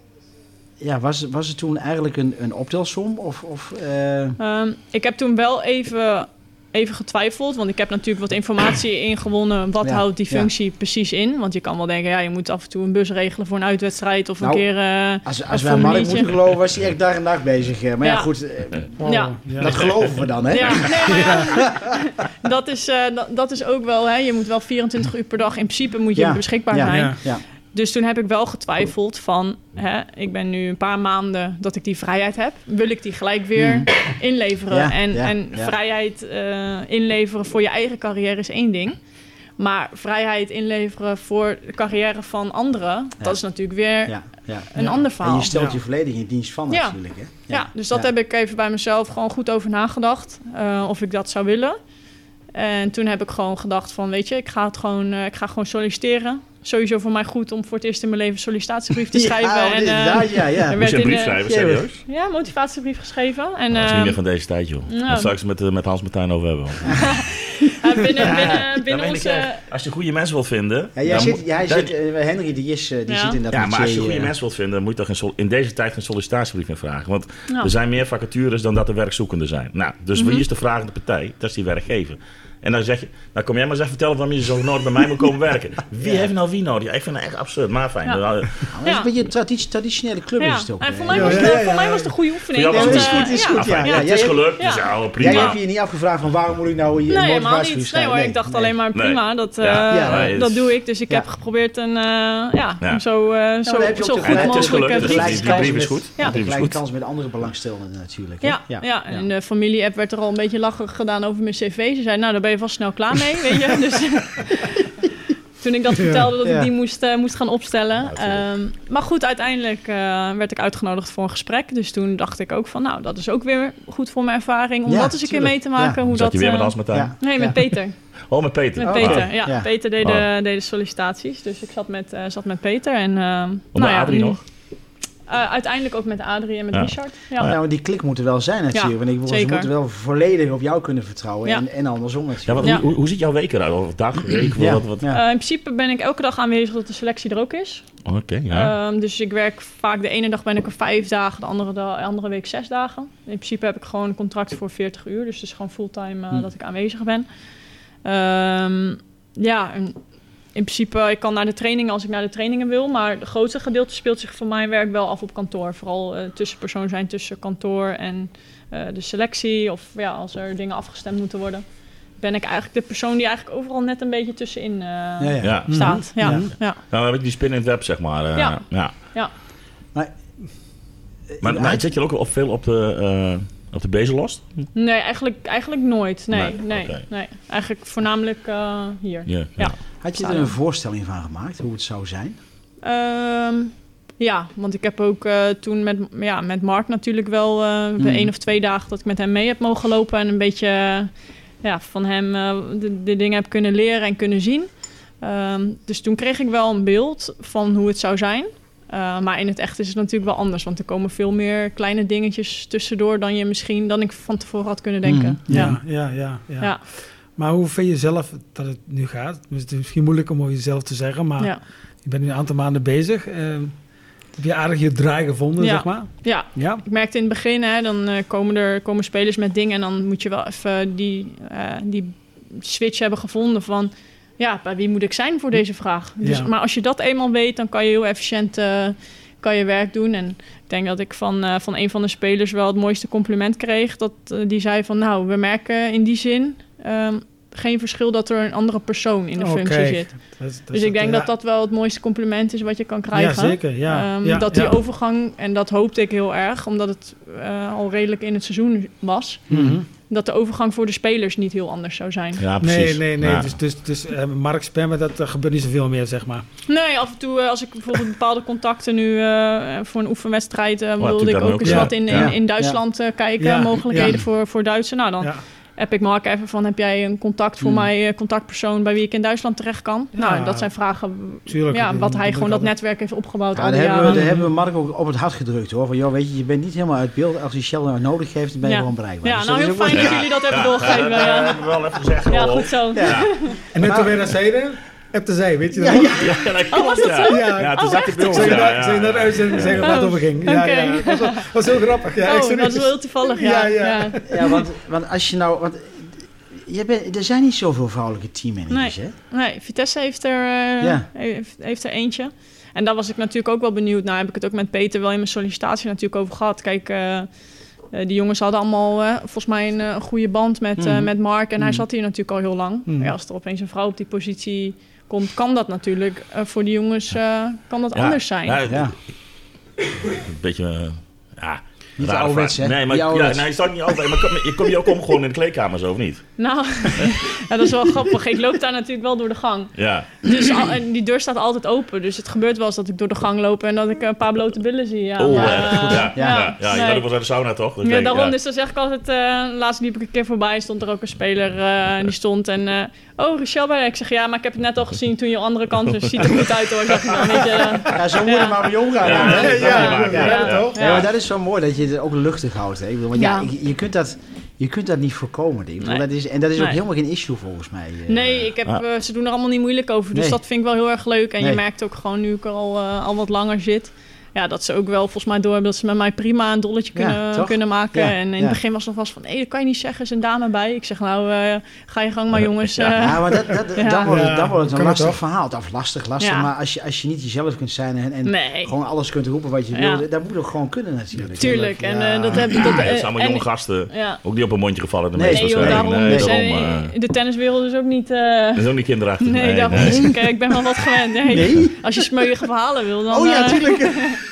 ja, was, was het toen eigenlijk een, een optelsom? Of, of, uh... um, ik heb toen wel even... even getwijfeld, want ik heb natuurlijk wat informatie ingewonnen. Wat ja, houdt die functie ja. precies in? Want je kan wel denken, ja, je moet af en toe een bus regelen voor een uitwedstrijd of nou, een keer uh, als, als wij Mark moeten geloven, was hij echt dag en nacht bezig. Maar ja, ja goed, uh, wow. ja. dat geloven we dan, hè? Ja, nee, ja. dat, is, uh, dat, dat is ook wel, hè, je moet wel vierentwintig uur per dag, in principe moet je ja. beschikbaar ja. zijn. Ja. Ja. Dus toen heb ik wel getwijfeld van... Hè, ik ben nu een paar maanden dat ik die vrijheid heb. Wil ik die gelijk weer mm. inleveren? Ja, en ja, en ja. vrijheid uh, inleveren voor je eigen carrière is één ding. Maar vrijheid inleveren voor de carrière van anderen... Ja. dat is natuurlijk weer ja, ja. een ja. ander verhaal. En je stelt je ja. volledig in dienst van ja. natuurlijk. Hè? Ja. ja, dus dat ja. heb ik even bij mezelf gewoon goed over nagedacht. Uh, of ik dat zou willen. En toen heb ik gewoon gedacht van, weet je, ik ga het gewoon, uh, ik ga gewoon solliciteren. Sowieso voor mij goed om voor het eerst in mijn leven een sollicitatiebrief te schrijven. Ja, en, uh, ja, ja. Moest je een brief in, schrijven, serieus? Ja, motivatiebrief geschreven. En, oh, dat is uh, niet meer van deze tijd, joh. Nou, Dat straks met, met Hans Martijn over hebben. uh, binnen binnen, binnen onze... Ik, als je goede mensen wilt vinden... Ja, jij zit, jij dan, zit, uh, Henry die, is, uh, die ja. zit in dat Ja, maar als je uh, goede mensen wilt vinden... dan moet je toch een, in deze tijd een sollicitatiebrief in vragen. Want ja. er zijn meer vacatures dan dat er werkzoekenden zijn. Nou, dus mm-hmm. wie is de vragende partij? Dat is die werkgever. En dan zeg je, nou kom jij maar eens even vertellen waarom je zo nodig bij mij moet komen werken. Wie ja. heeft nou wie nodig? Ja, ik vind het echt absurd, maar fijn. Ja. Nou, dat is een beetje een traditie, traditionele club ja. is het ook. En voor mij was, ja, ja, ja, ja. Voor mij was het een goede oefening. Ja, dat is goed, is goed. Ja, ja, ja, ja, het is gelukt, ja. dus ja, prima. Jij hebt je niet afgevraagd van waarom moet ik nou je nee, helemaal niet. schrijven? Nee hoor, nee, ik dacht nee. alleen maar prima, nee. dat, uh, ja. Ja, nee, dat is... doe ik. Dus ik ja. heb geprobeerd een, uh, ja, ja. zo, uh, zo, ja, zo goed mogelijk het is gelukt, brief dus die brief is goed. Ja, de gelijke kans met andere belangstellenden natuurlijk. Ja, ja. ja. en in de familie-app werd er al een beetje lacherig gedaan over mijn cv. Ze zei, nou daar ben je vast snel klaar mee, weet je. Dus toen ik dat vertelde dat ik ja. die moest, uh, moest gaan opstellen. Ja, um, maar goed, uiteindelijk uh, werd ik uitgenodigd voor een gesprek. Dus toen dacht ik ook van, nou, dat is ook weer goed voor mijn ervaring. Om ja, dat eens een keer mee te maken. Ja. Hoe Zat dat, je weer uh, met Hans Martijn? Ja. Nee, met ja. Peter. Oh, met Peter? Met oh, Peter, oh. ja. ja. Peter deed, oh. de, deed de sollicitaties. Dus ik zat met, uh, zat met Peter. En, uh, nou ja, Adrie nu, nog? Uh, uiteindelijk ook met Adrie en met ja. Richard. Ja. Ja, maar die klik moet er wel zijn natuurlijk. Ja, want ik, ze moeten wel volledig op jou kunnen vertrouwen. Ja. En, en andersom natuurlijk. Ja, wat, ja. hoe, hoe ziet jouw week eruit? Of dag, week? Ja. Wat, wat? Ja. Uh, in principe ben ik elke dag aanwezig dat de selectie er ook is. Oké, okay, ja. Um, dus ik werk vaak de ene dag ben ik er vijf dagen, de andere, dag, de andere week zes dagen. In principe heb ik gewoon een contract voor veertig uur. Dus het is gewoon fulltime uh, hm. dat ik aanwezig ben. Um, ja, en in principe, ik kan naar de trainingen als ik naar de trainingen wil. Maar het grootste gedeelte speelt zich voor mijn werk wel af op kantoor. Vooral uh, tussenpersoon zijn tussen kantoor en uh, de selectie. Of ja, als er dingen afgestemd moeten worden. Ben ik eigenlijk de persoon die eigenlijk overal net een beetje tussenin uh, ja, ja. Ja. staat. Ja. Ja. Ja. Nou, dan heb ik die spin in het web, zeg maar. Uh, ja. ja. ja. Maar, maar, maar zit je ook op veel op de... Uh, Op de bezenlast? Nee, eigenlijk, eigenlijk nooit. Nee, nee, nee, okay. nee. Eigenlijk voornamelijk uh, hier. Yeah, ja. Had je er een voorstelling van gemaakt, hoe het zou zijn? Um, ja, want ik heb ook uh, toen met, ja, met Mark natuurlijk wel uh, mm. de één of twee dagen dat ik met hem mee heb mogen lopen. En een beetje uh, ja, van hem uh, de, de dingen heb kunnen leren en kunnen zien. Um, dus toen kreeg ik wel een beeld van hoe het zou zijn. Uh, maar in het echt is het natuurlijk wel anders. Want er komen veel meer kleine dingetjes tussendoor dan je misschien dan ik van tevoren had kunnen denken. Mm, ja, ja, ja, ja, ja. Maar hoe vind je zelf dat het nu gaat? Het is misschien moeilijk om over jezelf te zeggen, maar ja. je bent nu een aantal maanden bezig. Uh, heb je aardig je draai gevonden, ja. zeg maar? Ja. ja, ik merkte in het begin, hè, dan uh, komen er komen spelers met dingen en dan moet je wel even die, uh, die switch hebben gevonden van... Ja, bij wie moet ik zijn voor deze vraag? Dus, ja. Maar als je dat eenmaal weet, dan kan je heel efficiënt uh, kan je werk doen. En ik denk dat ik van, uh, van een van de spelers wel het mooiste compliment kreeg. Dat uh, die zei van, nou, we merken in die zin um, geen verschil dat er een andere persoon in de okay. functie zit. Dat, dat dus ik denk het, dat ja. dat wel het mooiste compliment is wat je kan krijgen. Ja, zeker. Ja. Um, ja, dat die ja. overgang, en dat hoopte ik heel erg, omdat het uh, al redelijk in het seizoen was... Mm-hmm. dat de overgang voor de spelers niet heel anders zou zijn. Ja, precies. Nee, nee, nee. Ja. Dus, dus, dus uh, Mark spammen, dat uh, gebeurt niet zoveel meer, zeg maar. Nee, af en toe uh, als ik bijvoorbeeld bepaalde contacten nu uh, voor een oefenwedstrijd... Uh, wilde ik ook, ook eens ja. wat in, in, in Duitsland uh, kijken. Ja. Mogelijkheden ja. voor, voor Duitsers. Nou, dan... Ja. Heb ik Mark even van, heb jij een contact voor mm. mij, uh, contactpersoon bij wie ik in Duitsland terecht kan? Ja. Nou, dat zijn vragen, Tuurlijk, ja, wat hij gewoon dat altijd. netwerk heeft opgebouwd. Ja, al die daar, hebben we, daar hebben we Mark ook op het hart gedrukt, hoor. Van, joh, weet je, je bent niet helemaal uit beeld. Als hij Shell nou nodig heeft, dan ben je ja. gewoon bereikbaar. Ja, dus nou heel fijn dat jullie dat hebben ja, doorgegeven. Ja, ja. dat hebben we wel even gezegd. Ja, goed zo. Ja. Ja. En net toen weer naar Zeden, heb te zij, weet je dat? Ja, ja. ja, dat oh, was dat zo? Ja, ja toen oh, zat ik bij ons. Zou je Ja, naar uitzending zeggen waar het over ging? Ja, okay. ja. Dat was, was heel grappig. Ja, oh, dat is wel heel toevallig, ja. Ja, ja. ja. ja want, want als je nou... Want, je bent, er zijn niet zoveel vrouwelijke teammanagers, nee. hè? Nee, Vitesse heeft er, uh, ja. heeft, heeft er eentje. En daar was ik natuurlijk ook wel benieuwd naar. Heb ik het ook met Peter wel in mijn sollicitatie natuurlijk over gehad. Kijk, uh, uh, die jongens hadden allemaal uh, volgens mij een, een goede band met, mm-hmm. uh, met Mark. En mm-hmm. hij zat hier natuurlijk al heel lang. Mm-hmm. Ja, als er opeens een vrouw op die positie komt, kan dat natuurlijk uh, voor die jongens uh, kan dat ja. anders zijn. Ja, ja. Een beetje... Uh, ja. Niet ouderwets, hè? Nee, maar ja, nee, je staat niet altijd. Maar kom, je kom je ook om gewoon in de kleedkamers, of niet? Nou, ja, dat is wel grappig. Ik loop daar natuurlijk wel door de gang. Ja. Dus al, en die deur staat altijd open. Dus het gebeurt wel eens dat ik door de gang loop en dat ik een paar blote billen zie. Ja, Oh, maar, ja, uh, goed. Ja, ja, ja, ja, nee. ja, dat was uit de sauna, toch? Dat Ja, weet, daarom. ja. Dus dan zeg ik altijd... Uh, laatst liep ik een keer voorbij, stond er ook een speler uh, en die stond en... Uh, oh, Richel bij. Ik zeg, ja, maar ik heb het net al gezien toen je aan de andere kant... Dus ziet er goed uit hoor, zeg ik dan. Weet je, uh, Ja, zo moet je maar mee omgaan. Ja, hè? ja, ja, ja, ja, ja. Ja, maar dat is zo mooi dat je het ook luchtig houdt. Hè? Ik bedoel, want ja, Ja. je, je, kunt dat, je kunt dat niet voorkomen. Denk ik. Nee. Dat is, en dat is ook Nee. helemaal geen issue volgens mij. Uh, nee, ik heb, Ah. uh, ze doen er allemaal niet moeilijk over. Dus Nee. dat vind ik wel heel erg leuk. En Nee. je merkt ook gewoon, nu ik er al, uh, al wat langer zit... Ja, dat ze ook wel volgens mij door hebben dat ze met mij prima een dolletje Ja, kunnen, toch? kunnen maken. Ja, en in ja. het begin was het nog vast van... nee, dat kan je niet zeggen, er is een dame bij. Ik zeg, nou, uh, ga je gang maar jongens. Uh, Ja, maar dat, dat, Ja. dan, wordt het, Ja, dan wordt het een kan het lastig toch? verhaal. Of lastig, lastig. Ja. Maar als je, als je niet jezelf kunt zijn en, en Nee. gewoon alles kunt roepen wat je Ja. wil... dat moet ook gewoon kunnen natuurlijk. Tuurlijk. Ja. En uh, dat heb ik... Ja, Dat, dat uh, zijn allemaal en- jonge gasten. Ja. Ook niet op een mondje gevallen, de Nee, meeste Nee, joh, waarschijnlijk. daarom. Nee, Dus, daarom, uh, uh, de tenniswereld is ook niet... Uh, dat is ook niet kinderachtig. nee, daarom. nee. Dus, kijk, ik ben wel wat gewend. Nee. Nee? Als je smeuïge verhalen wil, dan... Oh ja, uh, tuurlijk.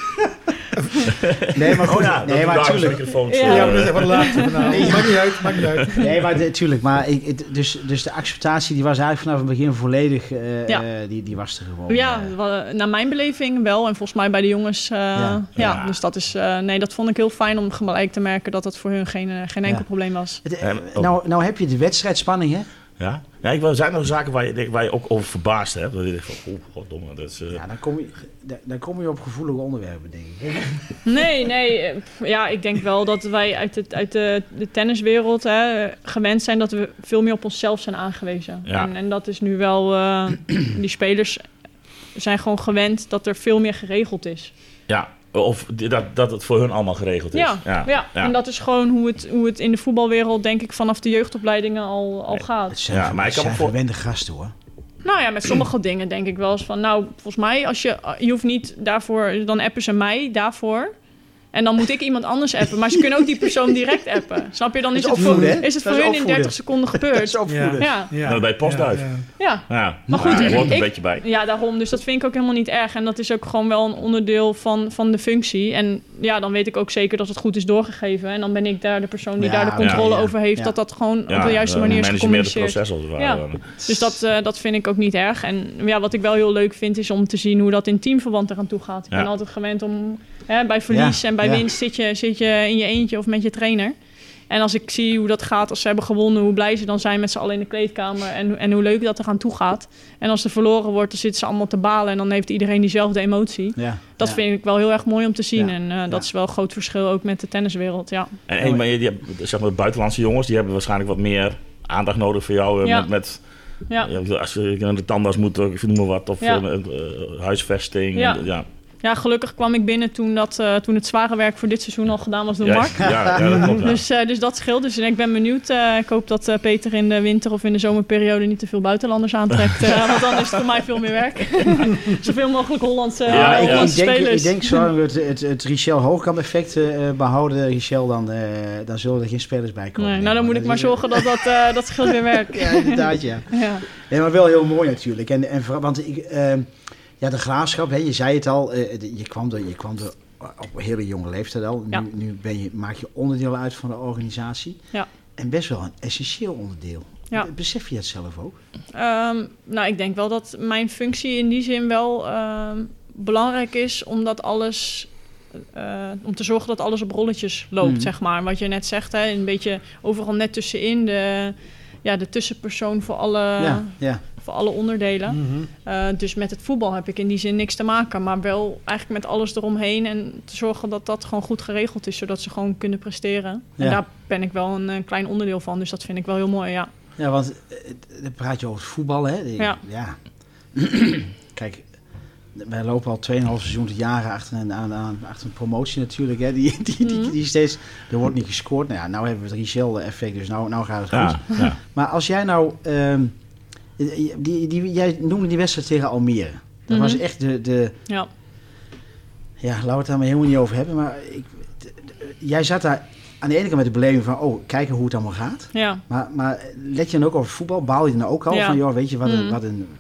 Nee, maar goed. Oh ja, nee, maar tuurlijk. microfoons. Ja. Ja, maar dat is even de laatste vanavond. Nee, ja. Maakt niet uit, maakt niet uit. Nee, maar natuurlijk. Maar ik, het- dus, dus de acceptatie die was eigenlijk vanaf het begin volledig... uh, Ja. uh, die, die was er gewoon. Ja, uh, wel, naar mijn beleving wel. En volgens mij bij de jongens... uh, ja. Ja. dus dat is... Uh, nee, dat vond ik heel fijn om gelijk te merken... dat dat voor hun geen, uh, geen enkel Ja. probleem was. het, En- uh, nou, nou heb je de wedstrijdspanning, hè? Ja? Ja, ik wil, zijn er zaken waar je, waar je ook over verbaasd hebt? Dat je denkt van, oh, goddomme, dat is... Uh... Ja, dan kom, je, dan- dan kom je op gevoelige onderwerpen, denk ik. Nee, nee. eh, Ja, ik denk wel dat wij uit, het, uit de, de tenniswereld hè, gewend zijn... dat we veel meer op onszelf zijn aangewezen. Ja. En, en dat is nu wel... Uh, die spelers zijn gewoon gewend dat er veel meer geregeld is. Ja, of dat, dat het voor hun allemaal geregeld is. Ja, ja, ja. en dat is gewoon hoe het, hoe het in de voetbalwereld... denk ik vanaf de jeugdopleidingen al, al Het gaat. zijn, Ja, maar ik het kan me zijn voor- verwende gasten, hoor. Nou ja, met sommige dingen denk ik wel eens van... nou, volgens mij, als je, je hoeft niet daarvoor... dan appen ze mij daarvoor... En dan moet ik iemand anders appen. Maar ze kunnen ook die persoon direct appen. Snap je? Dan is, Dat is het voor, opvoeden, hè? is het Dat voor is hun in opvoeden. dertig seconden Dat gebeurd. is opvoeden. Ja. Nou, bij Postduif. Ja, ja. Ja. Ja, Maar goed, er hoort een ik- beetje bij. ja, daarom. Dus dat vind ik ook helemaal niet erg. En dat is ook gewoon wel een onderdeel van, van de functie. En ja, dan weet ik ook zeker dat het goed is doorgegeven. En dan ben ik daar de persoon die Ja, daar de controle ja, ja. over heeft. Ja. Dat dat gewoon Ja, op de juiste uh, manier is managen meer het gecommuniceerd. proces als het Ja. ware. Dus dat, uh, dat vind ik ook niet erg. En ja, wat ik wel heel leuk vind is om te zien hoe dat in teamverband eraan toe gaat. Ik Ja. ben altijd gewend om hè, bij verlies Ja, en bij ja. winst zit je, zit je in je eentje of met je trainer. En als ik zie hoe dat gaat, als ze hebben gewonnen, hoe blij ze dan zijn met z'n allen in de kleedkamer en, en hoe leuk dat er aan toe gaat. En als er verloren wordt, dan zitten ze allemaal te balen en dan heeft iedereen diezelfde emotie. Ja. Dat ja. vind ik wel heel erg mooi om te zien. Ja. En uh, dat Ja. is wel een groot verschil ook met de tenniswereld, ja. En, en maar je- die, hebben, zeg maar, de buitenlandse jongens, die hebben waarschijnlijk wat meer aandacht nodig voor jou. eh, Ja. Met, met, Ja. ja, als je naar de tandarts moet, of noem maar wat, of Ja. eh, eh, huisvesting. Ja. En, ja. Ja, gelukkig kwam ik binnen toen, dat, uh, toen het zware werk voor dit seizoen al gedaan was door Ja, Mark. ja, ja, dat klopt. Ja. Dus, uh, dus dat scheelt. Dus ik ben benieuwd. Uh, ik hoop dat uh, Peter in de winter of in de zomerperiode niet te veel buitenlanders aantrekt. Uh, want dan is het voor mij veel meer werk. Zoveel mogelijk Hollandse, Ja, Ja, ik, ja. Hollandse ik, denk, spelers. ik denk zo het, het, het Richel Hoogkamp effect uh, behouden, Richel, dan, uh, dan zullen er geen spelers bij komen. Nee, nou, dan moet ik maar is- zorgen dat dat, uh, dat scheelt weer werk. Ja, inderdaad, ja. Ja. Nee, maar wel heel mooi natuurlijk. En, en vooral- want ik, uh, ja, de Graafschap, hè, je zei het al, uh, je, kwam er, je kwam er op een hele jonge leeftijd al. Ja. Nu, nu ben je, maak je onderdeel uit van de organisatie. Ja. En best wel een essentieel onderdeel. Ja. Besef je dat zelf ook? Um, nou, ik denk wel dat mijn functie in die zin wel um, belangrijk is, omdat alles, uh, om te zorgen dat alles op rolletjes loopt, Mhm. zeg maar. Wat je net zegt, hè, een beetje overal net tussenin, de, ja, de tussenpersoon voor alle, ja, ja. voor alle onderdelen. Mhm. Uh, dus met het voetbal heb ik in die zin niks te maken, maar wel eigenlijk met alles eromheen en te zorgen dat dat gewoon goed geregeld is, zodat ze gewoon kunnen presteren. Ja. En daar ben ik wel een, een klein onderdeel van, dus dat vind ik wel heel mooi, ja. Ja, want uh, dan praat je over het voetbal, hè? Die- Ja. ja. Kijk, wij lopen al twee komma vijf seizoen te jaren achter een, aan, aan, achter een promotie natuurlijk, hè? Die, die, die, die, Mhm. die steeds, er wordt niet gescoord. Nou ja, nou hebben we het Richel-effect, dus nou, nou gaat het goed. Ja, ja. Maar als jij nou, um, die, die, jij noemde die wedstrijd tegen Almere. Dat Mhm. was echt de, de, Ja. ja, laten we het daar maar helemaal niet over hebben, maar ik, de- de- jij zat daar aan de ene kant met de beleving van, oh, kijken hoe het allemaal gaat. Ja. Maar, maar let je dan ook over voetbal? Baal je dan ook al Ja. van, joh, weet je, wat een, Mm. wat een pff,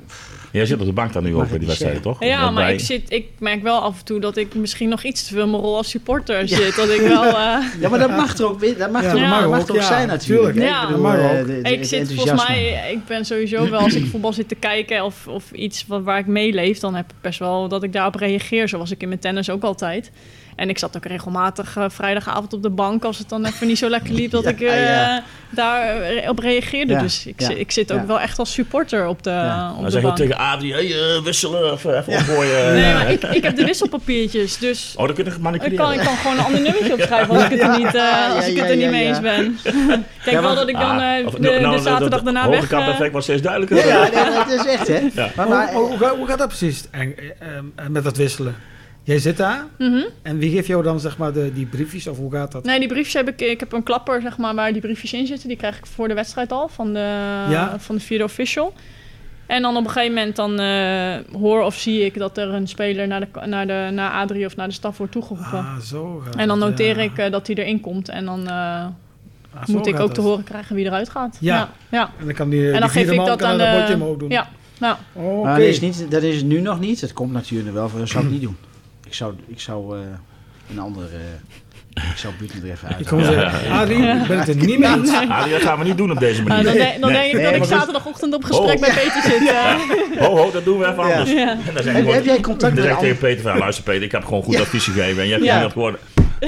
Jij zit op de bank dan nu ook bij die wedstrijden, toch? Ja, Want maar bij... ik, zit, ik merk wel af en toe dat ik misschien nog iets te veel mijn rol als supporter ja. zit. Dat ik wel... Uh... Ja, maar dat mag er ook, dat mag ja, er, dat mag mag mag ook, ook ja, zijn natuurlijk. Ja, Ik, bedoel, mag uh, ook. de, de, ik zit volgens mij... Ik ben sowieso wel, als ik voetbal zit te kijken of, of iets wat, waar ik meeleef, dan heb ik best wel dat ik daarop reageer. Zo was ik in mijn tennis ook altijd. En ik zat ook regelmatig uh, vrijdagavond op de bank als het dan even niet zo lekker liep, dat ja, ik uh, ja. daarop reageerde. Ja, dus ik, ja, ik zit ook ja. wel echt als supporter op de, Ja. op Dan de zeg je bank. tegen Adrie, hey, uh, wisselen, even, even ja. opgooien. Nee, maar ik, ik heb de wisselpapiertjes, dus... Oh, dan kun je Ik manipuleren. kan, ik kan gewoon een ander nummertje opschrijven als ik het er niet, uh, als ik het er niet ja, mee ja. eens ben. Ik denk Ja, wel dat ik dan uh, Of- de, nou, de nou, zaterdag dat- daarna dat weg... hoogtekamp-effect uh, was steeds duidelijker. Ja, nee, maar het is echt, hè. Ja. Maar, Hoe, maar, hoe, hoe, gaat- hoe gaat dat precies en, uh, met dat wisselen? Jij zit daar mhm. en wie geeft jou dan zeg maar de, die briefjes of hoe gaat dat? Nee, die briefjes heb ik... Ik heb een klapper, zeg maar, waar die briefjes in zitten. Die krijg ik voor de wedstrijd al, van de, Ja. van de vierde official. En dan op een gegeven moment dan uh, hoor of zie ik dat er een speler naar, de, naar, de, naar A drie of naar de staf wordt toegeroepen. Ah, zo gaat en dan het, noteer ja. ik uh, dat hij erin komt. En dan uh, Ah, zo moet ik gaat ook dat. te horen krijgen wie eruit gaat. Ja. ja. ja. En dan kan die, En dan die geef vierde ik man dat kan aan dat de... bordje omhoog doen. Ja, nou... Oh, oké. maar dat, is niet, dat is het nu nog niet. Het komt natuurlijk wel, dat zou ik niet doen. Ik zou, ik zou uh, een ander... Uh, ik zou Buiten er even uit. Ik kom zeggen, Adrie, ik ben het er niet mee eens. Adrie, dat gaan we niet doen op deze manier. Uh, dan de, dan Nee. denk ik Nee, dat ik maar dus- zaterdagochtend op gesprek Oh. met Peter zit. Uh. Ho, ho, dat doen we even Ja. anders. Ja. En dan zeg ik Heb, gewoon- heb jij contact dan met zeg ik tegen anderen? Peter van, luister Peter, ik heb gewoon goed advies gegeven en je hebt Ja. ja. dat geworden.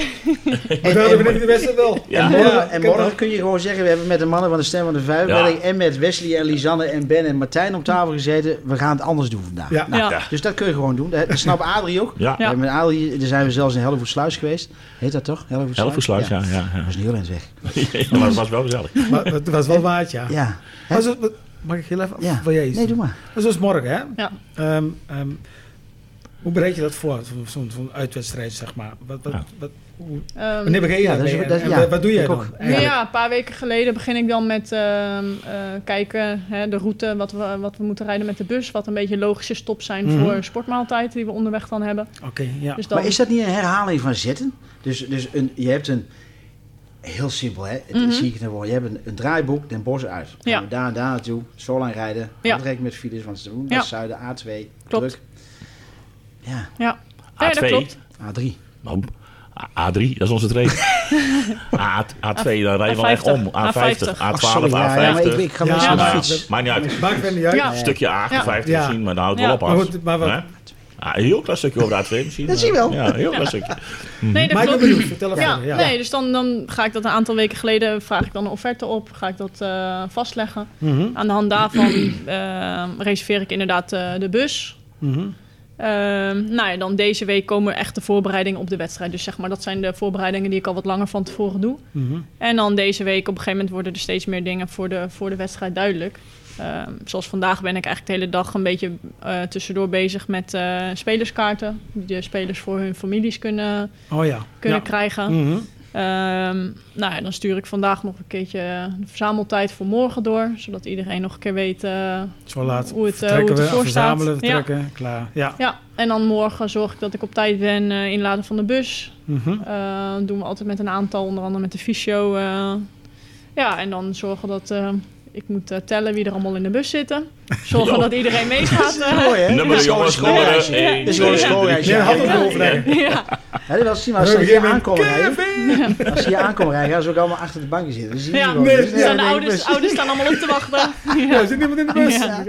Maar dat hebben we de beste wel. Ja. En Ja, morgen, en ik heb morgen kun je gewoon zeggen, we hebben met de mannen van de Stem van de Vijf, Ja. ben ik en met Wesley en Lisanne en Ben en Martijn op tafel gezeten. We gaan het anders doen vandaag. Ja. Nou, Ja. Dus dat kun je gewoon doen. Dat snap Adrie ook. Ja, Ja. En met Adrie, daar zijn we zelfs in Hellevoetsluis geweest. Heet dat toch? Hellevoetsluis? Hellevoetsluis, ja. ja, ja. Dat is een heel eind weg. Ja, maar het was wel gezellig. Maar het was wel waard, ja. Ja. Maar zo, wat- mag ik heel even? Ja. Of wil jij iets Nee, doen? doe maar. Maar zoals morgen, hè? Ja. Um, um, hoe bereid je dat voor, zo'n zo, zo uitwedstrijd, zeg maar? Wat, wat, Ja. wat, hoe, Um, wanneer begin je ja, daarmee? dat is- En- dat- en ja, wat- wat doe jij ik dan? ook. eigenlijk? Ja, een paar weken geleden begin ik dan met ehm, eh, kijken, hè, de route, wat we, wat we moeten rijden met de bus. Wat een beetje logische stops zijn Mhm. voor sportmaaltijden die we onderweg dan hebben. Oké, ja. Dus dan, Maar is dat niet een herhaling van zetten? Dus, dus een, je hebt een... Heel simpel, hè? Het, Mhm. zie ik het nou wel. Je hebt een, een draaiboek, Den Bosch uit. Gaan Ja. we daar en daar naartoe. Zo lang rijden. Ja. Rekening met files, want ze doen Ja. naar zuiden, A twee. Klopt. Druk. Ja, ja. A twee. Nee, dat klopt. A drie. Nou, A drie, dat is onze trainer. A, A2, dan rij je wel echt om. A vijftig, A Ach, twaalf, sorry, ja, ja, maar ik, A vijftig. ik ga Ja, meestal Nou de ja, fiets. maakt niet uit. Maakt het niet uit. Ja. Een stukje A achtenvijftig Ja. misschien, maar dan houdt het Ja. wel op Maar af. goed, maar wat- Hè? Ah, een heel klein stukje over de A twee misschien. Dat zie je wel. Ja, een heel klein stukje. Nee, dat Maar ik ben klopt. benieuwd, vertel even. Ja, verder, ja. nee, dus dan, dan ga ik dat een aantal weken geleden, vraag ik dan een offerte op, ga ik dat uh, vastleggen. Mhm, Aan de hand daarvan uh, reserveer ik inderdaad uh, de bus. mhm. Uh, nou ja, dan deze week komen echt de voorbereidingen op de wedstrijd. Dus zeg maar, dat zijn de voorbereidingen die ik al wat langer van tevoren doe. Mhm. En dan deze week, op een gegeven moment worden er steeds meer dingen voor de, voor de wedstrijd duidelijk. Uh, zoals vandaag ben ik eigenlijk de hele dag een beetje uh, tussendoor bezig met uh, spelerskaarten. Die de spelers voor hun families kunnen, Oh ja. kunnen ja. krijgen. Mhm. Um, nou ja, dan stuur ik vandaag nog een keertje de verzameltijd voor morgen door. Zodat iedereen nog een keer weet uh, Zo laat hoe het, uh, hoe vertrekken het we, ervoor staat. verzamelen, Ja. vertrekken, klaar. Ja. Ja, en dan morgen zorg ik dat ik op tijd ben, uh, inladen van de bus. Mhm. Uh, doen we altijd met een aantal, onder andere met de fysio. Uh, ja, en dan zorgen dat... Uh, ik moet uh, tellen wie er allemaal in de bus zitten. Zorgen Jo. dat iedereen meegaat. Uh, Mooi, hè? Nummeren jongens, schoolreis. nummeren. Dit is gewoon een schoolreis. Ja, Ja, had het ja. overleggen. ja, Hè, dat was zien, maar als We ze hier beginnen aankomen rijden, Kevin! als ze hier aankomen rijden, gaan ze ook allemaal achter de banken zitten. Dus zie je ja. gewoon. Nee, Dus, Er staan de nee, ouders, dus- ouders staan allemaal op te wachten. Ja, er zit niemand in de bus. Ja.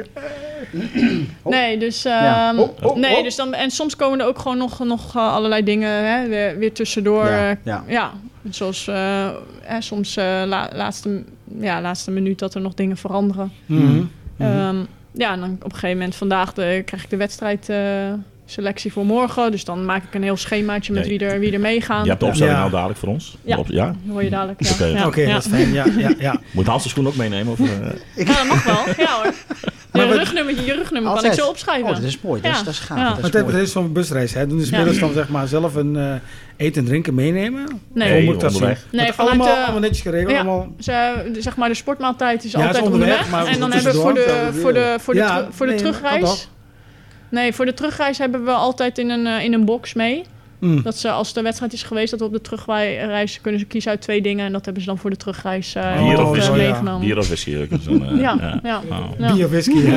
Nee, dus, Ja. um, Oh, oh, nee, oh. dus dan, en soms komen er ook gewoon nog, nog uh, allerlei dingen hè, weer, weer tussendoor. Ja, uh, ja. ja, zoals uh, hè, soms uh, la, laatste, ja, laatste minuut dat er nog dingen veranderen. Mhm. Um, ja, en dan op een gegeven moment vandaag de, krijg ik de wedstrijd uh, selectie voor morgen. Dus dan maak ik een heel schemaatje met Nee. wie er, wie er meegaan. Je hebt de opstelling Ja. al dadelijk voor ons? Ja. Op- ja? Dat hoor je dadelijk. Ja, Oké. ja. Oké, ja. dat is fijn. Ja, ja, ja. Moet Hans de schoen ook meenemen? Of, uh, Ja, dat mag wel. Ja hoor. Je Maar wat- rugnummertje, je rugnummer kan Altijd. ik zo opschrijven. Oh, dat is mooi. Dat is, Ja. dat is gaaf. Ja. Dat Maar is tijdens mooi. is zo'n busreis, hè, doen de spelers dan zeg maar zelf een uh, eten en drinken meenemen? Nee. Hoe moet ik dat zien? onderweg. Nee, Dat vanuit allemaal, de- allemaal netjes geregeld? Ja. Allemaal... Ze, de- zeg maar, de sportmaaltijd is Ja, is altijd onderweg, onderweg. maar En dan voor hebben we voor de, tussendoor. voor de, voor de, Ja, teru- voor de nee, kan terugreis... toch? Nee, voor de terugreis hebben we altijd in een, uh, in een box mee. Mm. Dat ze, als de wedstrijd is geweest, dat we op de terugreis kunnen ze kiezen uit twee dingen. En dat hebben ze dan voor de terugreis uh, Bier of whisky, meegenomen. Bier of whisky. Uh, ja, ja. ja. ja. Bier of whisky, ja.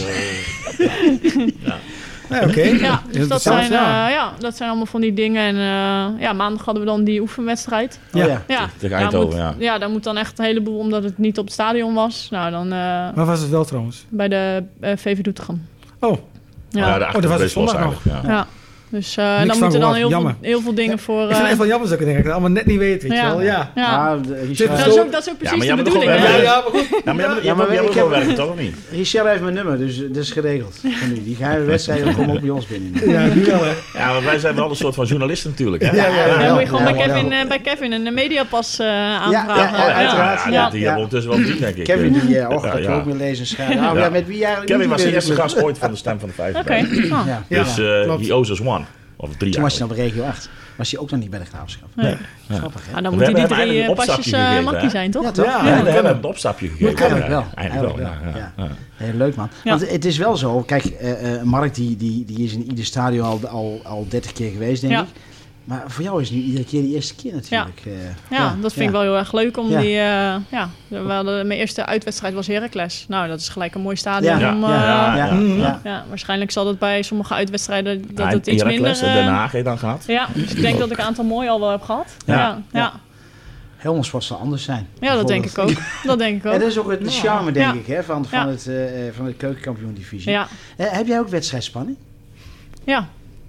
ja. Ja, oké. Okay. Ja, dus dat zijn, uh, ja, dat zijn allemaal van die dingen. En uh, ja, maandag hadden we dan die oefenwedstrijd. Ja, ja. ja. Tegen Eindhoven, ja. ja. Daar moet dan echt een heleboel, omdat het niet op het stadion was. Nou, dan... Uh, Waar was het wel trouwens? Bij de uh, V V Doetinchem. Oh. Ja, ja de oh, dat was het zondag nog. Ja. ja. Dus uh, dan moeten dan heel veel, heel veel dingen voor... Uh... Ik vind het echt wel jammer dat ik het allemaal net niet weet, weet ja. je wel. Ja, ja. ja de, Richard... dat, is ook, dat is ook precies ja, de bedoeling. Ja, ja, ja, maar goed. Ja, maar jij moet wel gewoon werken, toch of niet? Richard heeft mijn nummer, dus dat is geregeld. Van nu. Die geheime wedstrijden komen ook bij ons binnen. Ja, nu wel, hè. Ja, maar wij zijn wel een soort van journalisten natuurlijk, hè? Ja, ja, ja. Dan moet je gewoon bij Kevin, uh, bij Kevin een mediapas uh, aanvragen. Ja, uiteraard. Ja, die hebben ondertussen wel drie, denk ik. Kevin, die ook ook meer lezen en schrijven. Nou, ja, met wie eigenlijk... Kevin was de eerste gast ooit van de Stem van de Vijf. Oké. Dus he owes us one. Of drie Toen was je nog bij regio acht. Was hij ook nog niet bij de Graafschap. Nee. Ja. Grappig, hè? Ah, dan moeten die drie uh, pasjes uh, makkie zijn, toch? Ja, toch? Ja, ja, we hebben een opstapje gegeven. Eigenlijk wel. Eigenlijk wel, ja. ja. ja. Heel leuk, man. Ja. Want het is wel zo. Kijk, uh, uh, Mark die, die, die is in ieder stadion al, al, al dertig keer geweest, denk ja. ik. Maar voor jou is het nu iedere keer die eerste keer natuurlijk. Ja, uh, ja, ja dat vind ja. ik wel heel erg leuk. Om ja. die, uh, ja, we hadden, mijn eerste uitwedstrijd was Heracles. Nou, dat is gelijk een mooi stadion. Ja, om, uh, ja, ja, ja, ja. ja. ja, waarschijnlijk zal het bij sommige uitwedstrijden dat ja, het iets Heracles minder... Heracles en Den Haag heb je dan gehad? Ja, dus ik denk dat ik een aantal mooi al wel heb gehad. Ja, ja. ja. Helmond wat zal anders zijn. Ja, dat denk ik ook. Dat denk ik ook. En dat is ook het charme, denk ja. ik, hè, van, van, ja. het, uh, van de keukenkampioen-divisie. Ja. Uh, heb jij ook wedstrijdspanning? Ja.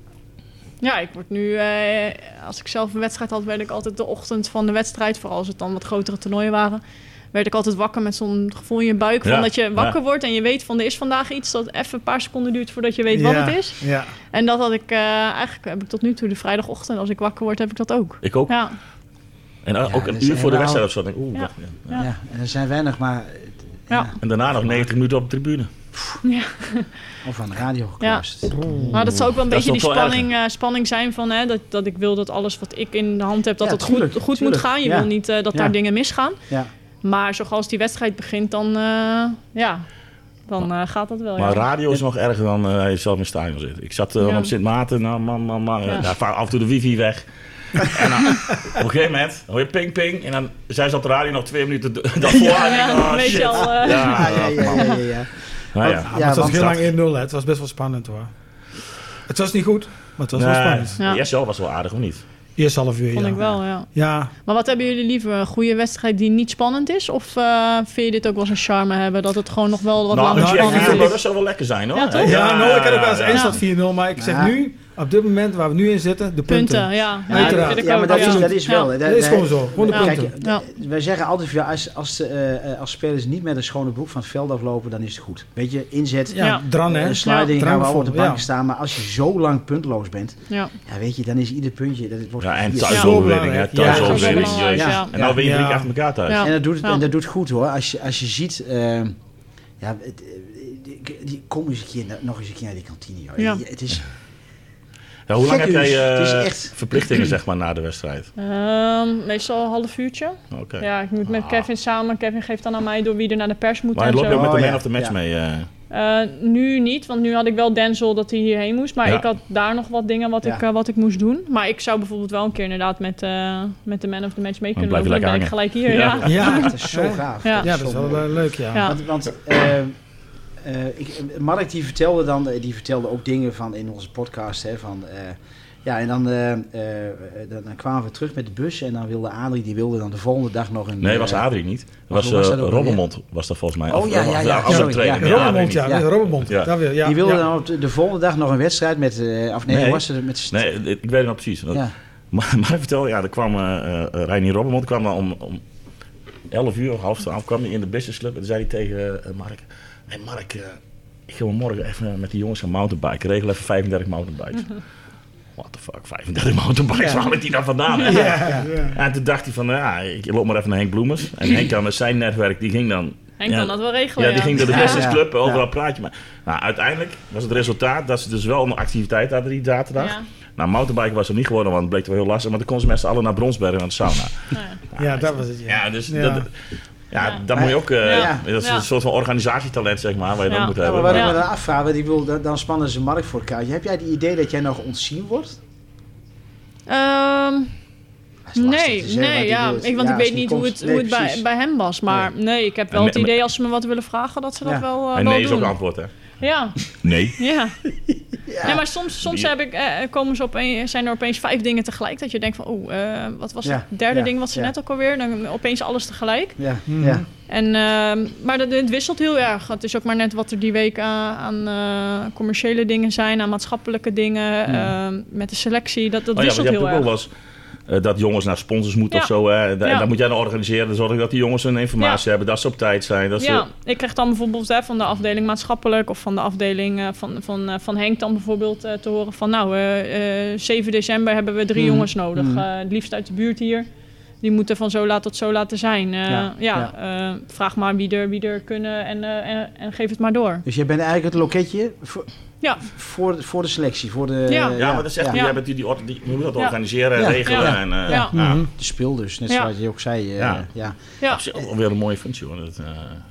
Ja, ik word nu... Uh, als ik zelf een wedstrijd had, werd ik altijd de ochtend van de wedstrijd... vooral als het dan wat grotere toernooien waren... werd ik altijd wakker met zo'n gevoel in je buik... van ja. dat je wakker ja. wordt en je weet van... er is vandaag iets dat even een paar seconden duurt... voordat je weet ja. wat het is. Ja. En dat had ik... Uh, eigenlijk heb ik tot nu toe de vrijdagochtend... als ik wakker word, heb ik dat ook. Ik ook. Ja. En uh, ook ja, een uur voor de wedstrijd of zo. Denk ik, oeh, ja. wacht, ja. ja, en er zijn weinig, maar... Ja. Ja. En daarna nog negentig minuten op de tribune. Ja. Of aan de radio gekluisterd. Ja. Maar dat zou ook wel een dat beetje die spanning, uh, spanning zijn van... Hè, dat, dat ik wil dat alles wat ik in de hand heb... dat ja, het tuurlijk, goed, goed moet gaan. Je ja. wil niet uh, dat ja. daar dingen misgaan. Ja. Maar zoals die wedstrijd begint, dan, uh, ja, dan uh, gaat dat wel. Maar ja. radio is nog erger dan uh, je zelf in het stadion zit. Ik zat uh, ja. op Sint Maarten, nou, man, man, man. Ja. Ja, af en toe de wifi weg. En dan, op een gegeven moment hoor je ping, ping. En dan zijn ze op de radio nog twee minuten daarvoor. Ja, ja, oh, weet shit. je al. Uh... Ja, ja, ja, ja, ja, ja. Nou, ja. Ja, het was heel lang één nul, het was best wel spannend hoor. Het was niet goed, maar het was nee, wel spannend. Ja. De eerste was wel aardig, of niet? Eerst half uur, Vond ja. ik wel, ja. ja. Maar wat hebben jullie liever? Een goede wedstrijd die niet spannend is? Of uh, vind je dit ook wel eens een charme hebben? Dat het gewoon nog wel wat nou, langer nou, spannend is? Dat zou wel lekker zijn, hoor. Ja, toch? Ja, ja, nou, ik heb ook wel eens ja, één ja. staat vier nul, maar ik zeg ja. nu... Op dit moment waar we nu in zitten, de punten. Punten, ja. Ja, ja, ja maar dat is, dat is wel. Ja. Dat, dat is gewoon zo, gewoon de ja. punten. Kijk, ja. wij zeggen altijd, ja, als, als, uh, als spelers niet met een schone broek van het veld aflopen, dan is het goed. Weet je, inzet, ja, ja. dran hè. Uh, sliding, ja. gaan we op de bank ja. staan. Maar als je zo lang puntloos bent, ja, ja weet je, dan is ieder puntje... Dat wordt ja, en thuisoverwinning, hè. Thuisoverwinning, ja. juist. Ja. En dan win je drie achter elkaar thuis. Ja. En, dat doet, ja. en dat doet goed, hoor. Als je, als je ziet... Uh, ja, die, die, kom eens een keer, nog eens een keer naar die kantine, joh. Ja. Het is... Ja, hoe lang heb jij uh, echt... verplichtingen zeg maar, na de wedstrijd? Um, meestal een half uurtje. Okay. Ja, ik moet met ah. Kevin samen. Kevin geeft dan aan mij door wie er naar de pers moet. Maar loop je ook met de oh, man ja. of the match ja. mee? Uh... Uh, nu niet, want nu had ik wel Denzel dat hij hierheen moest. Maar ja. ik had daar nog wat dingen wat, ja. ik, uh, wat ik moest doen. Maar ik zou bijvoorbeeld wel een keer inderdaad met, uh, met de man of the match mee kunnen lopen. Dan ben ik gelijk hier. Ja, ja. ja. dat is zo gaaf. Ja, ja dat is wel uh, leuk, ja. ja. Want... want uh, Uh, ik, Mark die vertelde dan, die vertelde ook dingen van in onze podcast, hè, van, uh, ja, en dan, uh, uh, dan, dan kwamen we terug met de bus en dan wilde Adrie, die wilde dan de volgende dag nog een... Nee, uh, was Adrie niet. Dat was, was uh, Robbermond, was dat volgens mij. Oh ja, ja, ja. Robbermond, ja. ja. Robbermond, ja. ja. ja. Die wilde ja. dan op de, de volgende dag nog een wedstrijd met, uh, of nee, nee, was het met... Nee, ik weet het nog precies. Ja. Maar, maar vertel, ja, er kwam uh, uh, Reinier Robbermond, kwam dan om, om elf uur of half twaalf, kwam hij in de business club en toen zei hij tegen uh, Mark, hé hey Mark, uh, ik ga morgen even met die jongens gaan mountainbiken. Regel even vijfendertig mountainbikes. What the fuck, vijfendertig mountainbikes? Waar haalt hij dan vandaan? Ja, ja, ja. En toen dacht hij van, ja, ik loop maar even naar Henk Bloemers. En Henk dan met zijn netwerk, die ging dan... Henk ja, kan dat wel regelen, Ja, die ja. ging door de business club, ja, overal ja. praatje. Maar nou, uiteindelijk was het resultaat dat ze dus wel een activiteit hadden die zaterdag. Ja. Nou, mountainbiken was er niet geworden, want het bleek wel heel lastig. Maar dan kon ze met z'n allen naar Bronsberg aan de sauna. Ja, nou, ja dat was het, ja. Ja, dus... Ja. Dat, Ja, ja, dat moet je ook... Uh, ja. Dat is ja. een soort van organisatietalent, zeg maar, waar je ja. dat moet hebben. Ja, maar wat maar... ik me dan afvraag, die wil, dan spannen ze Mark voor elkaar. Heb jij het idee dat jij nog ontzien wordt? Um, nee, zeggen, nee, ja, ik, want ja, ik weet niet hoe het, nee, hoe het bij, bij hem was. Maar nee, nee ik heb wel en, het idee als ze me wat willen vragen, dat ze ja. dat wel, uh, en wel nee doen. is ook een antwoord, hè? Ja. Nee. Ja. ja. Nee, maar soms, soms heb ik, uh, komen ze opeens, zijn er opeens vijf dingen tegelijk. Dat je denkt van, oeh, uh, wat was ja. het derde ja. ding wat ze ja. net ook alweer? Dan opeens alles tegelijk. Ja. Mm. ja. En, uh, maar dat, het wisselt heel erg. Het is ook maar net wat er die week aan, aan uh, commerciële dingen zijn, aan maatschappelijke dingen, ja. uh, met de selectie. Dat, dat oh, wisselt ja, heel erg. Was, uh, dat jongens naar sponsors moeten ja. of zo. Hè? Da- ja. Dat moet jij dan organiseren. Dan zorg ik dat die jongens hun informatie ja. hebben, dat ze op tijd zijn. Dat ja, ze... ik krijg dan bijvoorbeeld hè, van de afdeling maatschappelijk of van de afdeling uh, van, van, uh, van Henk dan bijvoorbeeld uh, te horen van nou, uh, uh, zeven december hebben we drie mm. jongens nodig. Mm. Uh, het liefst uit de buurt hier. Die moeten van zo laat tot zo laten zijn. Uh, ja, ja, ja. Uh, vraag maar wie er, wie er kunnen en, uh, en, en geef het maar door. Dus jij bent eigenlijk het loketje voor, ja. voor, voor de selectie. Voor de, ja. ja, maar dat is echt, ja. jij bent die, die, die, je moet dat organiseren en ja. regelen. Ja. En, uh, ja. Ja. Ja. Mm-hmm. De speel dus, net ja. zoals je ook zei. Uh, ja. Ja. Ja. Op zich alweer een mooie functie hoor. Dat, uh,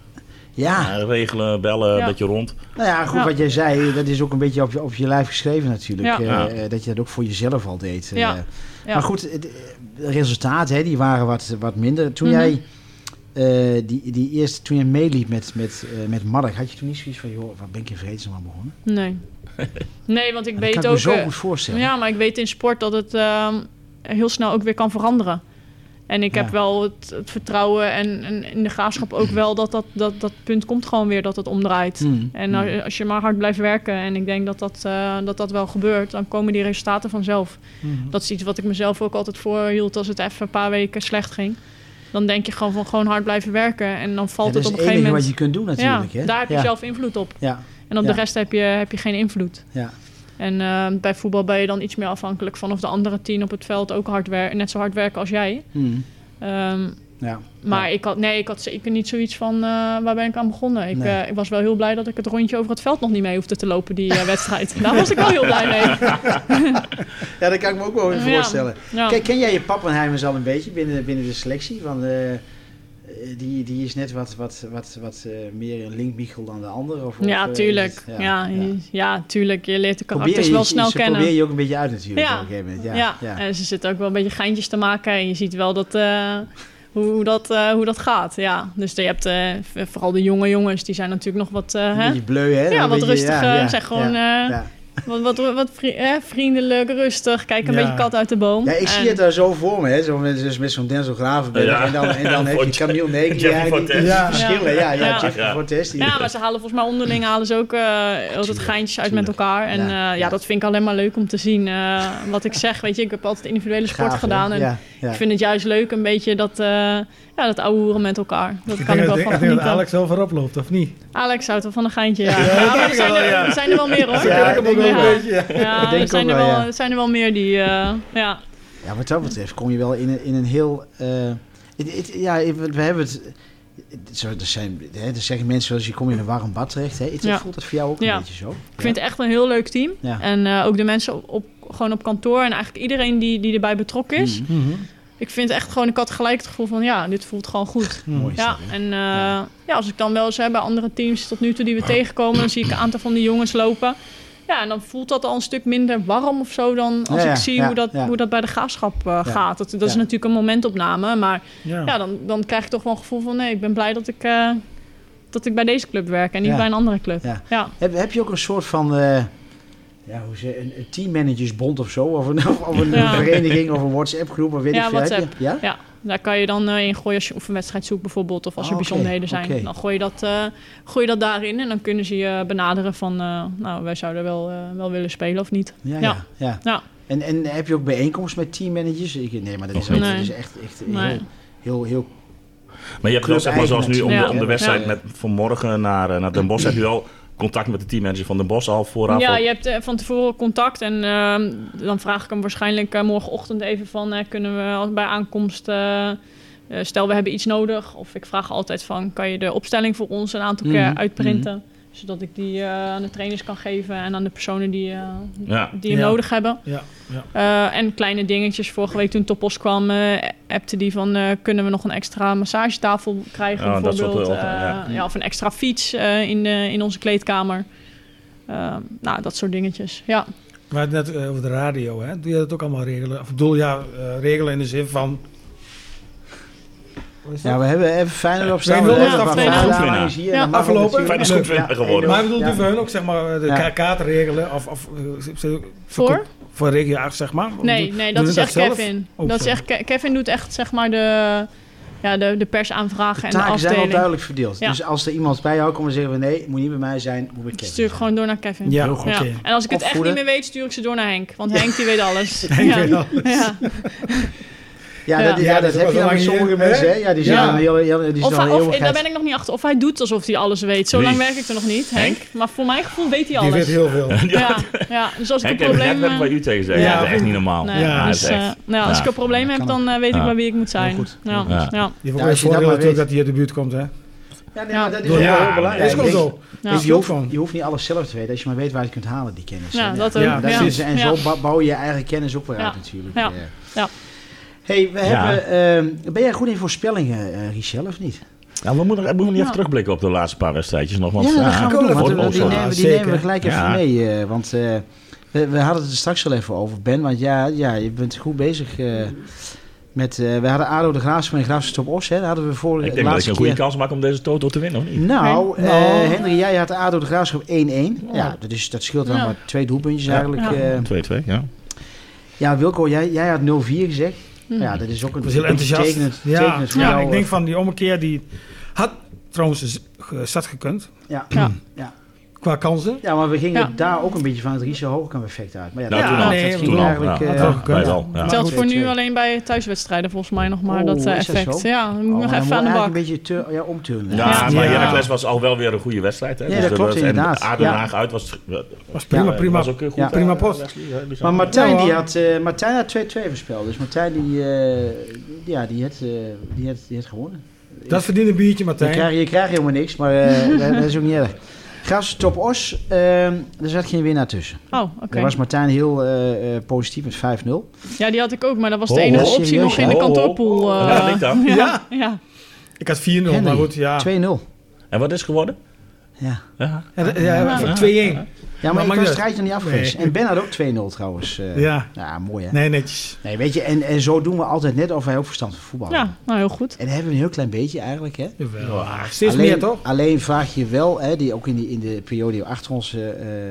ja. Uh, regelen, bellen, ja. een beetje rond. Nou ja, goed, ja. wat jij zei, dat is ook een beetje op je, op je lijf geschreven natuurlijk. Ja. Uh, dat je dat ook voor jezelf al deed. Uh, ja. Ja. Maar goed, de resultaten hè, die waren wat, wat minder. Toen mm-hmm. jij uh, die, die eerste, toen jij meeliep met, met, uh, met Mark, had je toen niet zoiets van, joh, waar ben ik in vredesnaam aan begonnen? Nee. Nee, want ik dat weet kan ook... Ik me zo goed voorstellen. Ja, maar ik weet in sport dat het uh, heel snel ook weer kan veranderen. En ik ja. heb wel het, het vertrouwen en, en in de Graafschap ook wel dat dat, dat dat punt komt gewoon weer dat het omdraait. Mm. En als, als je maar hard blijft werken en ik denk dat dat, uh, dat dat wel gebeurt, dan komen die resultaten vanzelf. Mm. Dat is iets wat ik mezelf ook altijd voorhield als het even een paar weken slecht ging. Dan denk je gewoon van gewoon hard blijven werken en dan valt ja, het op een gegeven moment... Dat is het enige wat je kunt doen natuurlijk. Ja, hè? daar heb je ja. zelf invloed op. Ja. En op ja. de rest heb je, heb je geen invloed. Ja. En uh, bij voetbal ben je dan iets meer afhankelijk van of de andere tien op het veld ook hard wer- net zo hard werken als jij. Mm. Um, ja. Maar ja. ik had, nee, ik had zeker niet zoiets van uh, waar ben ik aan begonnen. Ik, nee. uh, ik was wel heel blij dat ik het rondje over het veld nog niet mee hoefde te lopen, die uh, wedstrijd. Daar was ik wel heel blij mee. Ja, dat kan ik me ook wel even ja. voorstellen. Ja. Ken, ken jij je Pappenheimers al een beetje binnen, binnen de selectie? Want uh, die, die is net wat, wat, wat, wat uh, meer een linkmichel dan de andere? Of, ja, of, tuurlijk. Uh, ja, ja. Ja, ja, tuurlijk. Je leert de karakters je, wel snel ze kennen. probeer je ook een beetje uit natuurlijk ja. op een gegeven moment. Ja, ja. ja. En ze zitten ook wel een beetje geintjes te maken. En je ziet wel dat... Uh, Hoe dat, uh, hoe dat gaat, ja. Dus je hebt uh, vooral de jonge jongens, die zijn natuurlijk nog wat... Uh, een hè? beetje bleu, hè? Ja, een wat beetje, rustiger. Ja, ja, zijn gewoon ja, uh, ja. wat, wat, wat vri- eh, vriendelijk, rustig. Kijk een ja. beetje kat uit de boom. Ja, ik en... zie het daar zo voor me, hè. Zo met, dus met zo'n Denzel Gravenberg. Ja. En dan, en dan heb je Camille Negri. Jeffrey Fortes. Ja, verschillen. Ja, ja, ja. Jeffrey ja. Fortes. Die... Ja, maar ze halen volgens mij onderling halen ze ook uh, altijd geintjes uit met elkaar. En ja. Uh, ja, dat vind ik alleen maar leuk om te zien. Uh, wat ik zeg, weet je, ik heb altijd individuele sport Gaaf, gedaan. En ja, ja. ik vind het juist leuk een beetje dat... Uh, Ja, dat ouwe hoeren met elkaar. Dat ik kan ik wel denk, van ik genieten. denk dat Alex wel voorop loopt, of niet? Alex houdt wel van een geintje, ja. ja, ja maar er zijn er, er zijn er wel meer, hoor. Ja, ik denk ook ja. een beetje. Ja, ja er, zijn er wel, ja. er zijn er wel meer die... Uh, ja. ja, wat dat betreft kom je wel in een, in een heel... Uh, it, it, ja, we hebben het... Zo, er, zijn, hè, er zeggen mensen wel eens, je komt in een warm bad terecht. Hè? It, ja. Voelt dat voor jou ook een ja. beetje zo? Ik ja. vind het echt een heel leuk team. Ja. En uh, ook de mensen op, op, gewoon op kantoor en eigenlijk iedereen die, die erbij betrokken is... Mm-hmm. Ik vind echt gewoon, ik had gelijk het gevoel van ja, dit voelt gewoon goed. Mooi ja, en uh, ja. ja, als ik dan wel eens heb bij andere teams tot nu toe die we tegenkomen, dan zie ik een aantal van die jongens lopen. Ja, en dan voelt dat al een stuk minder warm of zo dan als ja, ik zie ja, hoe, dat, ja. hoe dat bij de Graafschap uh, ja. gaat. Dat, dat ja. is natuurlijk een momentopname, maar ja. Ja, dan, dan krijg ik toch wel een gevoel van nee, ik ben blij dat ik, uh, dat ik bij deze club werk en niet ja. bij een andere club. Ja. Ja. Heb, heb je ook een soort van... Uh, Ja, hoe ze, een, een teammanagersbond of zo, of een, of een ja. vereniging of een WhatsApp-groep, of weet ja, ik veel. WhatsApp. Ja? ja, daar kan je dan uh, in gooien als je oefenwedstrijd zoekt bijvoorbeeld, of als oh, er bijzonderheden okay. zijn. Okay. Dan gooi je, dat, uh, gooi je dat daarin en dan kunnen ze je benaderen van, uh, nou, wij zouden wel, uh, wel willen spelen of niet. Ja, ja. ja. ja. ja. En, en heb je ook bijeenkomsten met teammanagers? Ik, nee, maar dat is, ook, nee. dat is echt, echt nee. heel, heel, heel... Maar je hebt wel, zeg maar, zoals nu om, ja. de, om de wedstrijd ja. met vanmorgen naar, naar Den Bosch, heb je wel... contact met de teammanager van Den Bosch al vooraf? Ja, je hebt uh, van tevoren contact en uh, dan vraag ik hem waarschijnlijk uh, morgenochtend even van... Uh, kunnen we bij aankomst... Uh, uh, stel, we hebben iets nodig. Of ik vraag altijd van, kan je de opstelling voor ons een aantal keer mm-hmm. uitprinten? Mm-hmm. Zodat ik die uh, aan de trainers kan geven en aan de personen die, uh, ja. die hem ja. nodig hebben. Ja. Ja. Uh, en kleine dingetjes. Vorige week toen Topos kwam, uh, appte die van... Uh, kunnen we nog een extra massagetafel krijgen oh, bijvoorbeeld? Uh, ja. Ja, of een extra fiets uh, in, de, in onze kleedkamer. Uh, nou, dat soort dingetjes, ja. We hadden het net uh, over de radio, hè? Doe je dat ook allemaal regelen? Of bedoel, ja, uh, regelen in de zin van... Ja, we hebben even Feyenoord op staan. Ja, ja, afgelopen. Feyenoord is goed winnaar geworden. Maar ik bedoel, ja. hun ook zeg maar de ja. kaarten regelen of... of uh, voor? Voor regio acht, zeg maar? Nee, nee, dat is echt Kevin. Oh, dat is echt, Kevin doet echt zeg maar de... Ja, de, de persaanvragen en de afdeling. De taken zijn wel duidelijk verdeeld. Ja. Dus als er iemand bij jou komt en zeggen we nee, het moet niet bij mij zijn, moet ik Kevin. Stuur ik gewoon door naar Kevin. Ja, oké. Ja. En als ik het echt niet meer weet, stuur ik ze door naar Henk. Want ja. Henk die weet alles. Henk ja. weet alles. Ja. Ja, dat, ja, ja, dat, dat heb je dan met sommige hier, mensen. Hè? Ja, die zijn ja. dan heel, heel, die of, dan of, of daar ben ik nog niet achter. Of hij doet alsof hij alles weet. Zo lang werk ik er nog niet, Henk. Henk. Maar voor mijn gevoel weet hij alles. Die weet heel veel. Ja, ja. Dus als ik Henk een probleem heb bij u tegen zeggen. Ja, dat is echt niet normaal. Nee. Ja, dus, uh, nou, als ik een probleem heb, dan uh, weet ik bij wie ik moet zijn. Ja. Ja. Ja. Je hebt ook het voordeel natuurlijk dat hij uit de buurt komt, hè? Ja, nee, maar dat is wel heel belangrijk. Dat is gewoon zo. Dus je hoeft, je hoeft niet alles zelf te weten, als je maar weet waar je kunt halen, die kennis. Ja, dat ook. En zo bouw je je eigen kennis ook weer uit natuurlijk. Ja. Hey, we ja. hebben, uh, ben jij goed in voorspellingen, uh, Richel, of niet? Nou, we moeten, we moeten niet even terugblikken op de laatste paar wedstrijdjes nog. Want, ja, dat gaan we doen. Want, want die, oh, nemen, die nemen we gelijk even ja. mee. Uh, want uh, we, we hadden het er straks al even over, Ben. Want ja, ja je bent goed bezig uh, met... Uh, we hadden ADO de Graafschap en Graafschap Os. Hè, hadden we voor ik denk dat ik een goede keer... kans maak om deze Toto te winnen, of niet? Nou, uh, no. Henry, jij had ADO de Graafschap één-één. Ja, ja dat, is, dat scheelt dan ja. maar twee doelpuntjes ja. eigenlijk. twee-twee, uh, ja. Ja, Wilco, jij, jij had nul vier gezegd. Mm. Ja, dat is ook een was heel enthousiast. Tekenend, ja, tekenend ja, jou, ik denk van die ommekeer die had trouwens stad gekund. Ja. Ja. ja. Qua kansen. Ja, maar we gingen ja. daar ook een beetje van het Riese Hoogkamp effect uit. Maar ja, nou, dat, toen ja, al. nee, dat ging toen eigenlijk... Ja, Uh, ja, ja, wel, ja. Telt voor nu alleen bij thuiswedstrijden volgens mij nog maar oh, dat uh, effect. Dat ja, dan moet ik oh, nog even aan de bak. Een beetje te, ja, omturnen. Ja, ja, maar Heracles was al wel weer een goede wedstrijd. Hè? Ja, dat dus klopt inderdaad. En Den Haag uit was... was prima, prima. Was ook goed. Ja. Prima post. Maar Martijn die had, uh, Martijn had twee-twee voorspeld. Dus Martijn die, uh, ja, die, had, uh, die, had, die had gewonnen. Dat verdient een biertje, Martijn. Je krijgt, je krijgt helemaal niks, maar uh, dat, dat is ook niet erg. Graafschap Top Os, uh, er zat geen winnaar tussen. Oh, oké. Okay. Daar was Martijn heel uh, uh, positief met vijf nul. Ja, die had ik ook, maar dat was de enige oh, optie serieus, nog in de kantoorpool. Uh, ja, ik dan. Ja? Ja. ja. Ik had vier nul, Henry, maar goed, ja. twee nul. En wat is geworden? Ja. Ja, ja, ja, ja twee-één. Ja, ja, maar, maar ik was het strijdje nog niet afgewezen. Nee. En Ben had ook twee nul trouwens. Uh, ja. Ja, mooi hè? Nee, netjes. Nee, weet je, en, en zo doen we altijd net of wij ook verstand van voetbal hebben. Ja, nou heel goed. En dan hebben we een heel klein beetje eigenlijk hè. Jawel. Ja, steeds alleen, meer toch? Alleen vraag je wel, hè, die ook in, die, in de periode die we achter ons uh,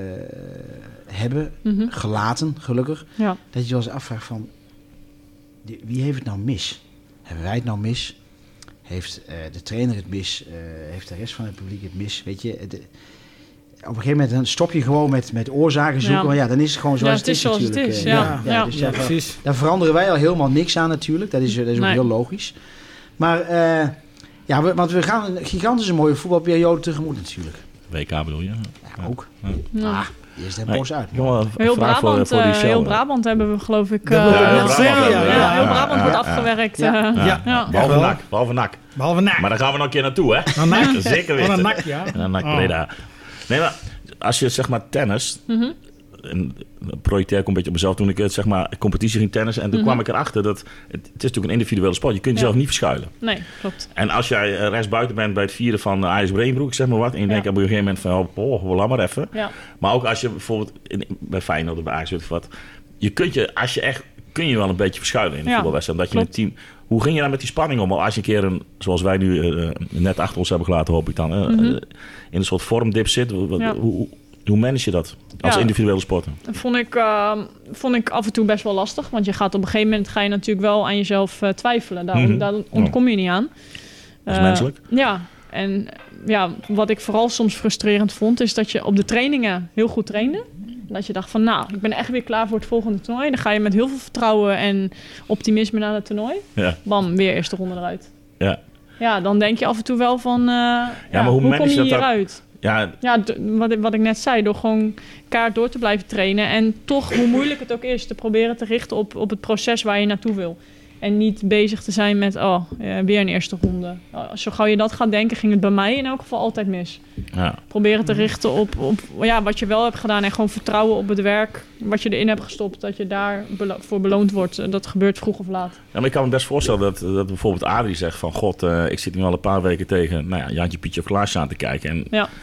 hebben, mm-hmm. gelaten gelukkig, ja. dat je je wel eens afvraagt van, die, wie heeft het nou mis? Hebben wij het nou mis? Heeft uh, de trainer het mis? Uh, heeft de rest van het publiek het mis? Weet je, de, op een gegeven moment dan stop je gewoon met, met oorzaken zoeken. Ja. Maar ja, dan is het gewoon zoals ja, het, het is, is natuurlijk. Het is, ja. Ja. Ja, Ja. Dus ja, daar, precies. Daar veranderen wij al helemaal niks aan natuurlijk. Dat is, dat is ook nee. heel logisch. Maar uh, ja, we, want we gaan een gigantische mooie voetbalperiode tegemoet natuurlijk. W K bedoel je? Ja, ook. Ja. Ja. Ah, eerst de boos uit. Jongen, heel, Brabant, voor, voor uh, heel Brabant hebben we geloof ik... Uh, ja, heel Brabant, ja, ja, ja, heel Brabant ja, wordt ja, afgewerkt. Ja. Ja. Ja. Ja. Ja. Behalve N A C. Behalve N A C. Behalve N A C. Maar daar gaan we nog een keer naartoe, hè? N A C. Zeker weten. N A C, ja. N A C, Breda. Nee, maar als je zeg maar tennis... Mm-hmm. En projecteer ik een beetje op mezelf toen ik het zeg maar competitie ging tennissen. En toen mm-hmm. kwam ik erachter dat het, het is natuurlijk een individuele sport. Je kunt jezelf ja. niet verschuilen. Nee, klopt. En als jij rechtsbuiten bent bij het vieren van Ajax Brainbroek, zeg maar wat. En je ja. denkt op een gegeven moment van, oh, oh laat maar even. Ja. Maar ook als je bijvoorbeeld in, bij Feyenoord of bij Ajax weet ik wat. Je kunt je, als je echt, kun je wel een beetje verschuilen in de ja. voetbalwedstrijd. Dat je een team... Hoe ging je dan met die spanning om? Als je een keer, een, zoals wij nu uh, net achter ons hebben gelaten, hoop ik dan, uh, mm-hmm. uh, in een soort vormdip zit. Wat, ja. hoe, Hoe manage je dat als ja, individuele sporter? Vond ik, uh, vond ik af en toe best wel lastig. Want je gaat op een gegeven moment ga je natuurlijk wel aan jezelf uh, twijfelen. Daar, mm-hmm. daar ontkom je niet aan. Dat is uh, menselijk. Ja, en ja, wat ik vooral soms frustrerend vond... is dat je op de trainingen heel goed trainde. Dat je dacht van, nou, ik ben echt weer klaar voor het volgende toernooi. Dan ga je met heel veel vertrouwen en optimisme naar het toernooi. Ja. Bam, weer eerste ronde eruit. Ja. Ja, dan denk je af en toe wel van... Uh, ja, ja, maar hoe, hoe kom je hieruit? Ja, ja d- wat, ik, wat ik net zei, door gewoon kaart door te blijven trainen. En toch, hoe moeilijk het ook is, te proberen te richten op, op het proces waar je naartoe wil. En niet bezig te zijn met, oh, uh, weer een eerste ronde. Uh, zo gauw je dat gaat denken, ging het bij mij in elk geval altijd mis. Ja. Proberen te richten op, op ja, wat je wel hebt gedaan en gewoon vertrouwen op het werk wat je erin hebt gestopt. Dat je daarvoor belo- beloond wordt. Dat gebeurt vroeg of laat. Ja, maar ik kan me best voorstellen dat, dat bijvoorbeeld Adrie zegt van... God, uh, ik zit nu al een paar weken tegen nou ja, Jantje, Pietje of Klaasje aan te kijken. En ja.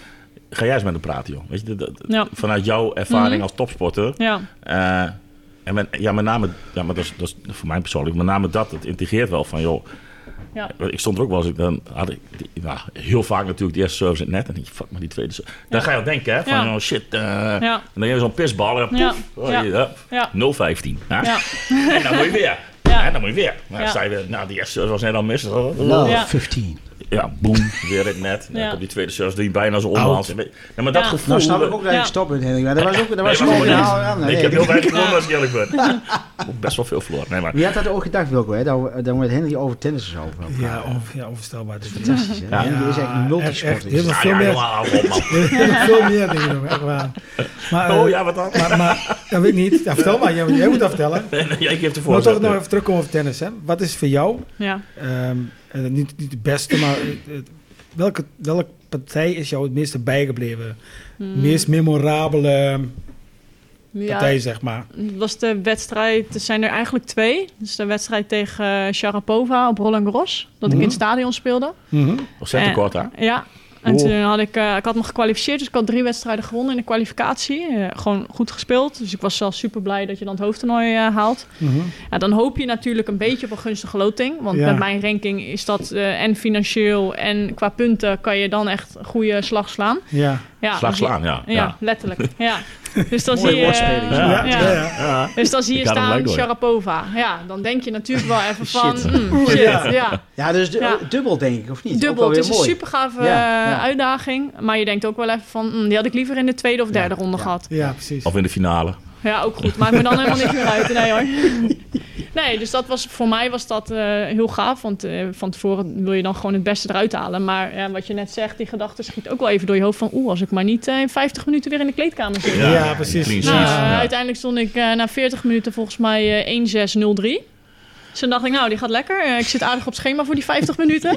ga jij eens met hem praten, joh. Weet je, de, de, ja. vanuit jouw ervaring mm-hmm. als topsporter. Ja. Uh, en met, ja, met name, ja, maar dat is, dat is voor mij persoonlijk, met name dat, het integreert wel van, joh. Ja. Ik stond er ook wel eens, dan had ik die, nou, heel vaak natuurlijk die eerste service in het net. En denk je, fuck, maar die tweede service. Dan ja. ga je al denken, hè, van, ja. oh shit. Uh, ja. En dan heb je zo'n pisbal en poef, ja. Oh, ja. Ja. Ja. nul vijftien. Ja. Ja. En dan moet je weer. Ja. En dan moet je weer. Nou, ja. je, nou die eerste service was net al mis. nul vijftien. Ja, boem, weer het net. Ja. Dan op die tweede service doe je bijna zo onderhands. Ja, maar dat ja. gevoel... Nou snap ik ook dat je stoppen, Henning. Maar dat was ook dat was gewoon een haal aan. Ik heb heel weinig gewonnen als ik eerlijk ben. Best wel veel verloren. Nee, maar... Wie had dat ook gedacht, Wilco, hè? Dat we met Henry over tennis zo over Ja, over, ja, overstelbaar. Dat is fantastisch, hè? Ja. Henry is echt een multisport. Heel veel meer. Veel meer dingen nog, echt waar. Maar, oh ja, wat dan? Maar, maar dat weet ik niet. Ja, vertel maar, jij, jij moet dat vertellen. Jij geeft de voorzet. Maar toch nog even terugkomen over tennis, hè? Wat is voor jou... Ja. Um, uh, niet, niet de beste, maar... Uh, welke, welke partij is jou het meeste bijgebleven? Hmm. Meest memorabele partij, ja, zeg maar. Het was de wedstrijd... Er zijn er eigenlijk twee. Dus de wedstrijd tegen uh, Sharapova op Roland Garros. Dat mm-hmm. ik in het stadion speelde. Mm-hmm. Op centenkort, hè? Ja. En oh. toen had ik, uh, ik had me gekwalificeerd, dus ik had drie wedstrijden gewonnen in de kwalificatie. Uh, gewoon goed gespeeld. Dus ik was zelf super blij dat je dan het hoofdtoernooi uh, haalt. Mm-hmm. Ja, dan hoop je natuurlijk een beetje op een gunstige loting. Want ja. met mijn ranking is dat uh, en financieel en qua punten kan je dan echt een goede slag slaan. Ja, ja slag slaan, ja. Ja, ja. letterlijk. Ja. Dus dan zie je, uh, ja. Ja. Ja. Ja. Dus dan zie je staan Sharapova. Ja, dan denk je natuurlijk wel even van... Shit. Mm, shit. Ja. Ja. ja, dus du- ja. dubbel denk ik, of niet? Dubbel, het is mooi. Een super gave ja. Ja. uitdaging. Maar je denkt ook wel even van... Mm, die had ik liever in de tweede of derde ja. ronde ja. gehad. Ja, precies. Of in de finale. Ja, ook goed. Maakt me dan helemaal niks meer uit. Nee hoor. Nee, dus dat was, voor mij was dat uh, heel gaaf. Want uh, van tevoren wil je dan gewoon het beste eruit halen. Maar ja, wat je net zegt, die gedachte schiet ook wel even door je hoofd van... oeh, als ik maar niet uh, in vijftig minuten weer in de kleedkamer zit. Ja, ja precies. Nou, uh, ja. Uiteindelijk stond ik uh, na veertig minuten volgens mij uh, één zes nul drie. Dus toen dacht ik, nou, die gaat lekker. Uh, ik zit aardig op schema voor die vijftig minuten.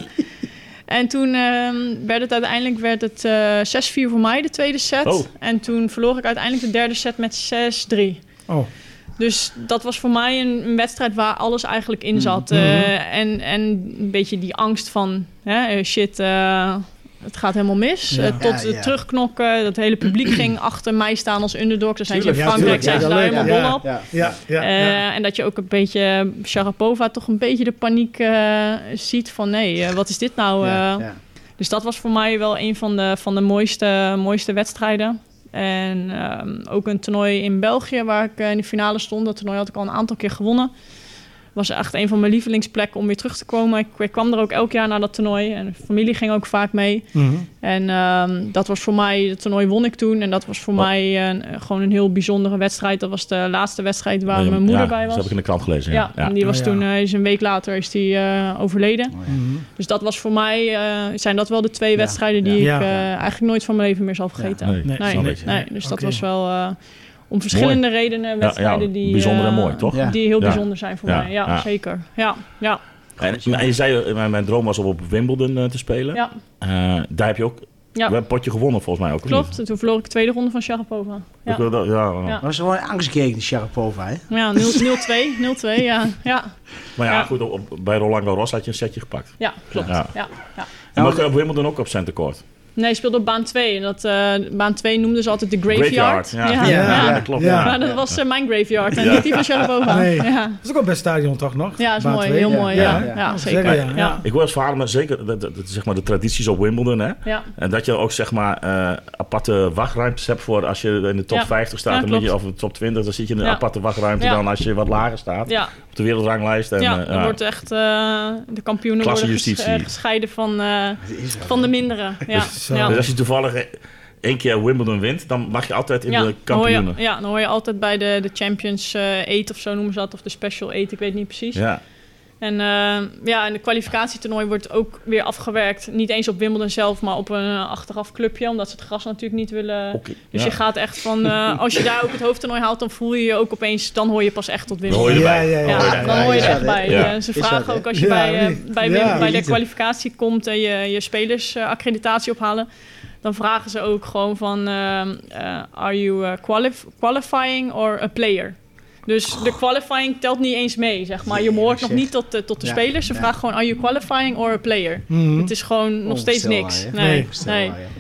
En toen uh, werd het uiteindelijk werd het, uh, zes vier voor mij, de tweede set. Oh. En toen verloor ik uiteindelijk de derde set met zes drie. Oh. Dus dat was voor mij een, een wedstrijd waar alles eigenlijk in zat. Mm-hmm. Uh, en, en een beetje die angst van, hè, shit, uh, het gaat helemaal mis. Ja. Uh, tot ja, ja. terugknokken, dat hele publiek ging achter mij staan als underdog. Dus zijn ze in Frankrijk, zijn ze daar helemaal ja, dol op. Ja, ja, ja, uh, ja. En dat je ook een beetje Sharapova toch een beetje de paniek uh, ziet van... nee, uh, wat is dit nou? Uh, ja, ja. Dus dat was voor mij wel een van de, van de mooiste, mooiste wedstrijden. En um, ook een toernooi in België waar ik uh, in de finale stond. Dat toernooi had ik al een aantal keer gewonnen. Was echt een van mijn lievelingsplekken om weer terug te komen. Ik, ik kwam er ook elk jaar naar dat toernooi. En de familie ging ook vaak mee. Mm-hmm. En um, dat was voor mij... Het toernooi won ik toen. En dat was voor oh. mij een, gewoon een heel bijzondere wedstrijd. Dat was de laatste wedstrijd waar ja, mijn moeder ja, bij was. Dat heb ik in de krant gelezen. Ja, ja, ja. En die was oh, ja. toen... Uh, is een week later is die uh, overleden. Oh, ja. mm-hmm. Dus dat was voor mij... Uh, zijn dat wel de twee ja. wedstrijden die ja. ik uh, ja. eigenlijk nooit van mijn leven meer zal vergeten. Ja. Nee, nee, nee, nee, nee. Dus okay. dat was wel... Uh, om verschillende mooi. redenen wedstrijden ja, ja, die... Bijzonder uh, en mooi, toch? Die heel ja. bijzonder zijn voor ja. mij. Ja, ja, zeker. Ja, ja. En, en je zei, mijn, mijn droom was om op Wimbledon uh, te spelen. Ja. Uh, daar heb je ook... Ja. We hebben een potje gewonnen volgens mij ook. Klopt, toen verloor ik de tweede ronde van Sharapova. Ja. Dat, ja, ja. ja. was gewoon een angstgegen, Sharapova, hè? Ja, nul twee, nul twee, ja. ja. Maar ja, ja. goed, op, bij Roland Garros had je een setje gepakt. Ja, klopt. Ja. Ja. Ja. En mag je op Wimbledon ook op centercourt? Nee, je speelde op baan twee. En dat, uh, baan twee noemden ze altijd de graveyard. graveyard ja. Ja. Ja. Ja. Ja, dat klopt. Ja. Maar dat was uh, mijn graveyard en ja. niet die van Sharapova. Nee. Ja. Dat is ook wel best stadion toch nog? Ja, dat is mooi. Heel ja. mooi. Ja, ja. ja. ja zeker. Ja. Ja. Ik hoor als verhalen, maar zeker de, de, de, zeg maar de tradities op Wimbledon. Hè? Ja. En dat je ook zeg maar uh, aparte wachtruimtes hebt voor als je in de top ja. vijftig staat. Ja, dan moet je, of de top twintig, dan zit je in een ja. aparte wachtruimte ja. dan als je wat lager staat. Ja. Op de wereldranglijst. En, ja, uh, dan wordt echt uh, de kampioenen worden ges- uh, gescheiden van, uh, van de minderen. Ja. Dus, uh, ja. dus als je toevallig één keer Wimbledon wint, dan mag je altijd in ja, de kampioenen. Dan je, ja, dan hoor je altijd bij de, de Champions eight uh, of zo noemen ze dat. Of de Special eight, ik weet niet precies. Ja. En uh, ja, in de kwalificatietoernooi wordt ook weer afgewerkt. Niet eens op Wimbledon zelf, maar op een uh, achteraf clubje. Omdat ze het gras natuurlijk niet willen. Okay, dus ja. je gaat echt van... Uh, als je daar ook het hoofdtoernooi haalt, dan voel je je ook opeens... Dan hoor je pas echt tot Wimbledon. Dan hoor je erbij. Ja, ja, ja, ja, ja, dan hoor je er echt bij. Ja. Uh, ze vragen ook als je ja, bij, uh, bij, ja, bij de kwalificatie komt... en je, je spelersaccreditatie uh, ophalen... dan vragen ze ook gewoon van... Uh, uh, are you uh, qualif- qualifying or a player? Dus de qualifying telt niet eens mee, zeg maar. Je behoort nog niet tot de, tot de ja, spelers. Ze ja. vragen gewoon, are you qualifying or a player? Mm-hmm. Het is gewoon nog oh, steeds niks. Waar, nee, nee. Waar,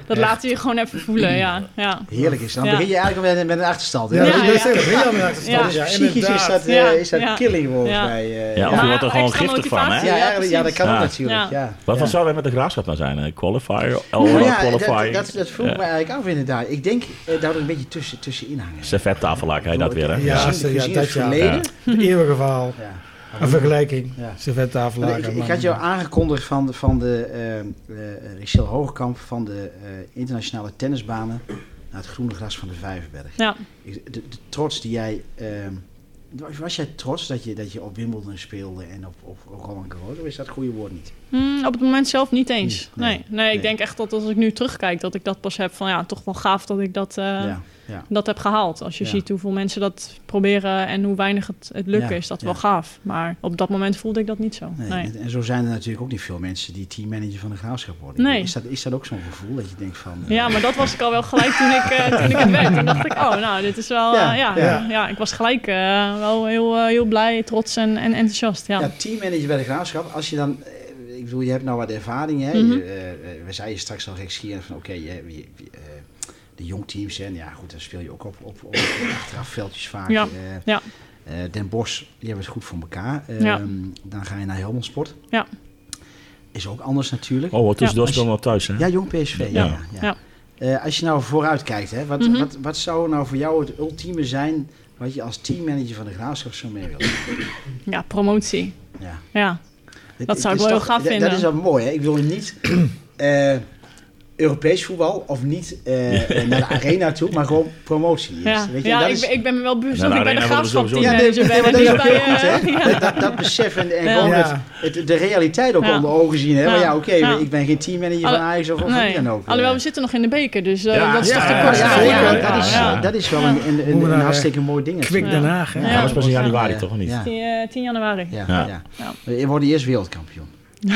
dat laten we je gewoon even voelen, ja. ja. Heerlijk is. Dan ja. begin je eigenlijk met, met een achterstand. Ja, ja, ja, ja. Begin je met een achterstand. Ja. Dus psychisch is dat, uh, is dat ja. killing volgens ja. mij. Uh, ja, of je wordt er gewoon giftig van, hè? Ja, ja, ja, dat kan ook natuurlijk. Ja. Wat ja. zou wij met de Graafschap nou zijn? Qualifier? Overall ja, qualifier? Dat, dat, dat vroeg ja. me eigenlijk af inderdaad. Ik denk uh, dat er een beetje tussen, tussenin hangen. Servettafelaak, hij dat weer, hè? Ja, gezien, ja, gezien dat het verleden. Ja. Het eeuwige verhaal. Ja. Een vergelijking. Ja. Servettafelaak. Ik, ik had jou aangekondigd van de, van de uh, uh, Richel Hoogkamp van de uh, internationale tennisbanen naar het groene gras van de Vijverberg. Ja. De, de, de trots die jij... Uh, was jij trots dat je, dat je op Wimbledon speelde en op, op, op Roland Garros? Of is dat het goede woord niet? Mm, op het moment zelf niet eens. Nee, nee, nee, nee ik nee. denk echt dat als ik nu terugkijk, dat ik dat pas heb van ja, toch wel gaaf dat ik dat, uh, ja, ja. dat heb gehaald. Als je ja. ziet hoeveel mensen dat proberen en hoe weinig het, het lukken ja, is, dat ja. wel gaaf. Maar op dat moment voelde ik dat niet zo. Nee, nee. En, en zo zijn er natuurlijk ook niet veel mensen die teammanager van de Graafschap worden. Nee. Is dat, is dat ook zo'n gevoel dat je denkt van... Uh... Ja, maar dat was ik al wel gelijk toen ik, uh, toen ik het werd. Toen dacht ik, oh nou, dit is wel... Ja, uh, ja, ja. ja, ja ik was gelijk uh, wel heel, uh, heel blij, trots en, en enthousiast. Ja, ja teammanager bij de Graafschap, als je dan... Ik bedoel, je hebt nou wat ervaring, hè? Mm-hmm. Je, uh, we zeiden straks al gekscherend van, oké, okay, je, je, uh, de jongteams, en ja goed, dan speel je ook op, op, op achteraf veldjes vaak. Ja. Uh, ja. Uh, Den Bosch, die hebben het goed voor elkaar. Uh, ja. Dan ga je naar Helmond Sport. Ja. Is ook anders natuurlijk. Oh, wat tussendoor spelen we nog thuis, hè? Ja, jong P S V. Ja. Ja, ja. ja. Uh, als je nou vooruit kijkt, hè, wat, mm-hmm. wat, wat zou nou voor jou het ultieme zijn wat je als teammanager van de Graafschap zo mee wil? Ja, promotie. Ja. ja. Dat het, zou ik wel heel gaaf vinden. Dat is wel mooi, hè? Ik wil niet uh, Europees voetbal of niet uh, ja. naar de arena toe, maar gewoon promotie. Ja, weet je? ja Dat ik, is... ben, ik ben me wel bewust dat ik bij de Graafschap team manager ben. Dat is ook heel goed, hè? Ja. Dat, dat besef en, en ja. gewoon ja. het, het, de realiteit ook ja. onder ogen zien. Hè? Ja, ja oké, okay, ja. ik ben geen teammanager van Ajax of, of nee. wie dan ook. Alhoewel, we zitten nog in de beker, dus uh, ja. dat is ja. toch de ja. kortste ja, ja, ja. dat, is, ja. dat is wel ja. een, een, een, een, een hartstikke mooi ding. Kwik Den Haag. Ja, dat was pas in januari toch, of niet? tien januari. Je wordt eerst wereldkampioen.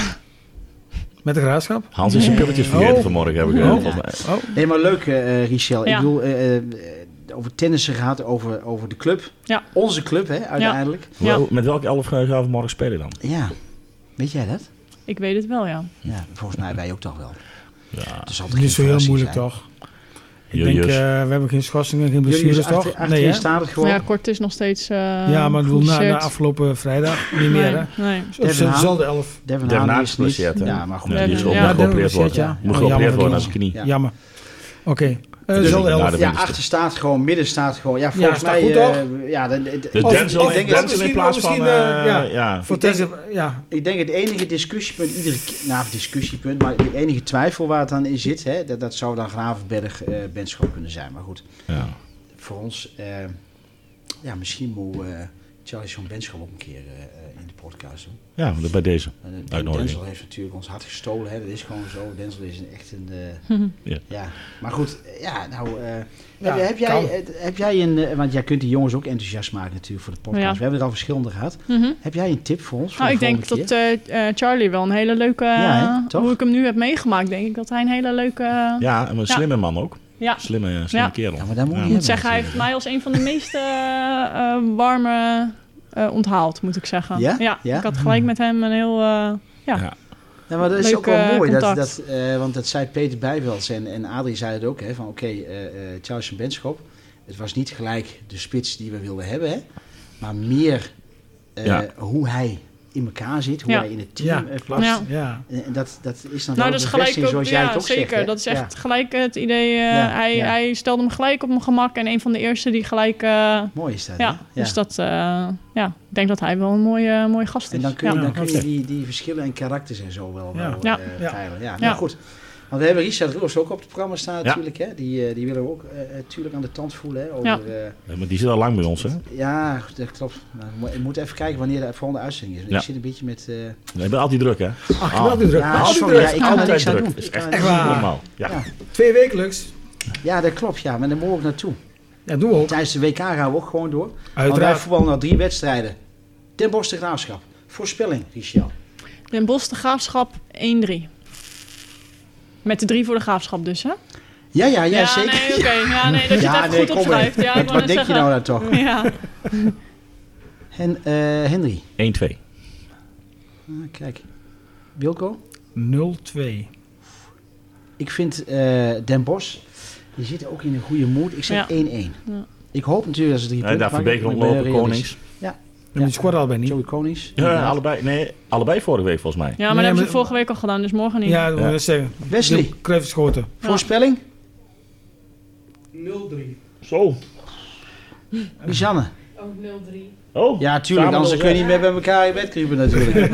Met de Graafschap? Hans is zijn pilletjes vergeten oh. vanmorgen, heb ik uh, oh. volgens mij. Oh. Nee, maar leuk, uh, Richel. Ja. Ik bedoel, uh, uh, over tennissen gaat, over, over de club. Ja. Onze club, hè, uiteindelijk. Ja. Ja. Met welke elf gaan we morgen spelen dan? Ja, weet jij dat? Ik weet het wel, ja. Ja, volgens mij wij ook toch wel. Ja. Het is altijd niet zo heel moeilijk, zijn. Toch? Ik denk, uh, we hebben geen schorsingen, geen blessures, toch? Achter, achter nee, staat het gewoon. Ja, kort is nog steeds uh, ja, maar ik bedoel, na, na afgelopen vrijdag niet meer, nee, hè? Nee. Of dezelfde elf. Devin Haan is geblesseerd, ja, maar goed. Ja, die is ook ja, geopereerd worden. Ja. Moet geopereerd worden aan zijn knie. Ja. Jammer. Oké. Okay. Uh, dus elf. Ja, achter staat gewoon, midden staat gewoon. Ja, volgens ja, mij... Goed, uh, ja, de, de, de Denzel, of, denk Denzel in plaats van... Uh, ja, ja. Voor ik, denk, ja. ik denk het enige discussiepunt, iedere nou, discussiepunt, maar de enige twijfel waar het dan in zit, hè, dat, dat zou dan Gravenberg uh, Benschop kunnen zijn. Maar goed, ja. voor ons... Uh, ja, misschien moet uh, Charlie John Benschop ook een keer uh, in de podcast doen. Ja, bij deze uh, Denzel heeft natuurlijk ons hart gestolen, hè. Dat is gewoon zo. Denzel is een, echt een... Uh, ja. ja. Maar goed, ja, nou... Uh, ja, heb, heb, jij, heb jij een... Uh, want jij kunt die jongens ook enthousiast maken natuurlijk voor de podcast. Ja. We hebben er al verschillende gehad. Mm-hmm. Heb jij een tip voor ons? Voor nou, ik denk keer? dat uh, uh, Charlie wel een hele leuke... Uh, ja, hè, hoe ik hem nu heb meegemaakt, denk ik dat hij een hele leuke... Uh, ja, en een slimme ja. man ook. Ja. Slimme, slimme ja. kerel. Ja, maar daar moet ja. je moet zeggen, hij heeft mij als een van de meest uh, uh, warme uh, onthaald, moet ik zeggen. Ja? Ja, ja? Ik had gelijk met hem een heel... Uh, ja. ja. Ja, maar dat is ook wel mooi, dat, dat, uh, want dat zei Peter Bijvels en, en Adrie zei het ook, hè, van oké, okay, uh, uh, Charles Benschop, het was niet gelijk de spits die we wilden hebben, hè, maar meer uh, ja. hoe hij in elkaar zit, hoe ja. hij in het team ja. plast. Ja. Ja. En dat, dat is dan nou, wel een bevestiging ook, zoals ja, jij het ook zeker. zegt. Zeker, dat is echt ja. gelijk het idee. Uh, ja. Hij, Ja. hij stelde hem gelijk op mijn gemak en een van de eerste die gelijk... Uh, mooi is dat, ja, ja. Dus dat, uh, ja, ik denk dat hij wel een mooie, mooie gast is. En dan kun je, ja. dan kun je die, die verschillen en karakters en zo wel, ja. wel ja. uh, veilen. Ja, ja. nou goed. Want we hebben Richard Roos ook op het programma staan natuurlijk. Ja. Hè? Die, uh, die willen we ook uh, natuurlijk aan de tand voelen. Hè? Over, ja. uh, ja, maar die zit al lang bij ons, hè? Ja, dat klopt. Maar ik moet even kijken wanneer de volgende uitzending is. Ja. Ik zit een beetje met... Uh... Nee, ik ben altijd druk, hè? Ach, ik ben altijd druk. Ja, altijd sorry, druk. Ja, ik kan er niks aan druk. doen. Dat is echt, echt normaal. Ja. Ja. Twee wekelijks. Ja, dat klopt. Ja, maar daar moet ik naartoe. Ja, doen we ook. Tijdens de W K gaan we ook gewoon door. Uiteraard. Want wij voetballen nou drie wedstrijden. Den Bosch de Graafschap. Voorspelling, Richel. Den Bosch de Graafschap één drie. Met de drie voor de Graafschap dus, hè? Ja, ja, ja, ja zeker. Nee, oké. Okay. Ja, nee, dat je ja, het even nee, goed opschrijft. Ja, wat wat denk zeggen. je nou dan toch? Ja. En uh, Henry? één twee. Ah, kijk. Wilco? nul twee. Ik vind uh, Den Bosch, die zitten ook in een goede mood. Ik zeg ja. één-één. Ja. Ik hoop natuurlijk dat ze drie ja, punten maken. Daar Verbeek rondlopen, Konings. Ja. Ja. Die scoort allebei niet. Joey Konings. Ja, ja, allebei. Nee, allebei vorige week volgens mij. Ja, maar nee, dat hebben ze vorige week al gedaan, dus morgen niet. Ja, dat moet ik zeggen. Wesley. Kreefschoten. Ja. Voorspelling? nul drie. Zo. Lisanne. Ook nul drie. Oh, ja, tuurlijk. Anders kun je niet meer bij elkaar in bed kruipen natuurlijk. De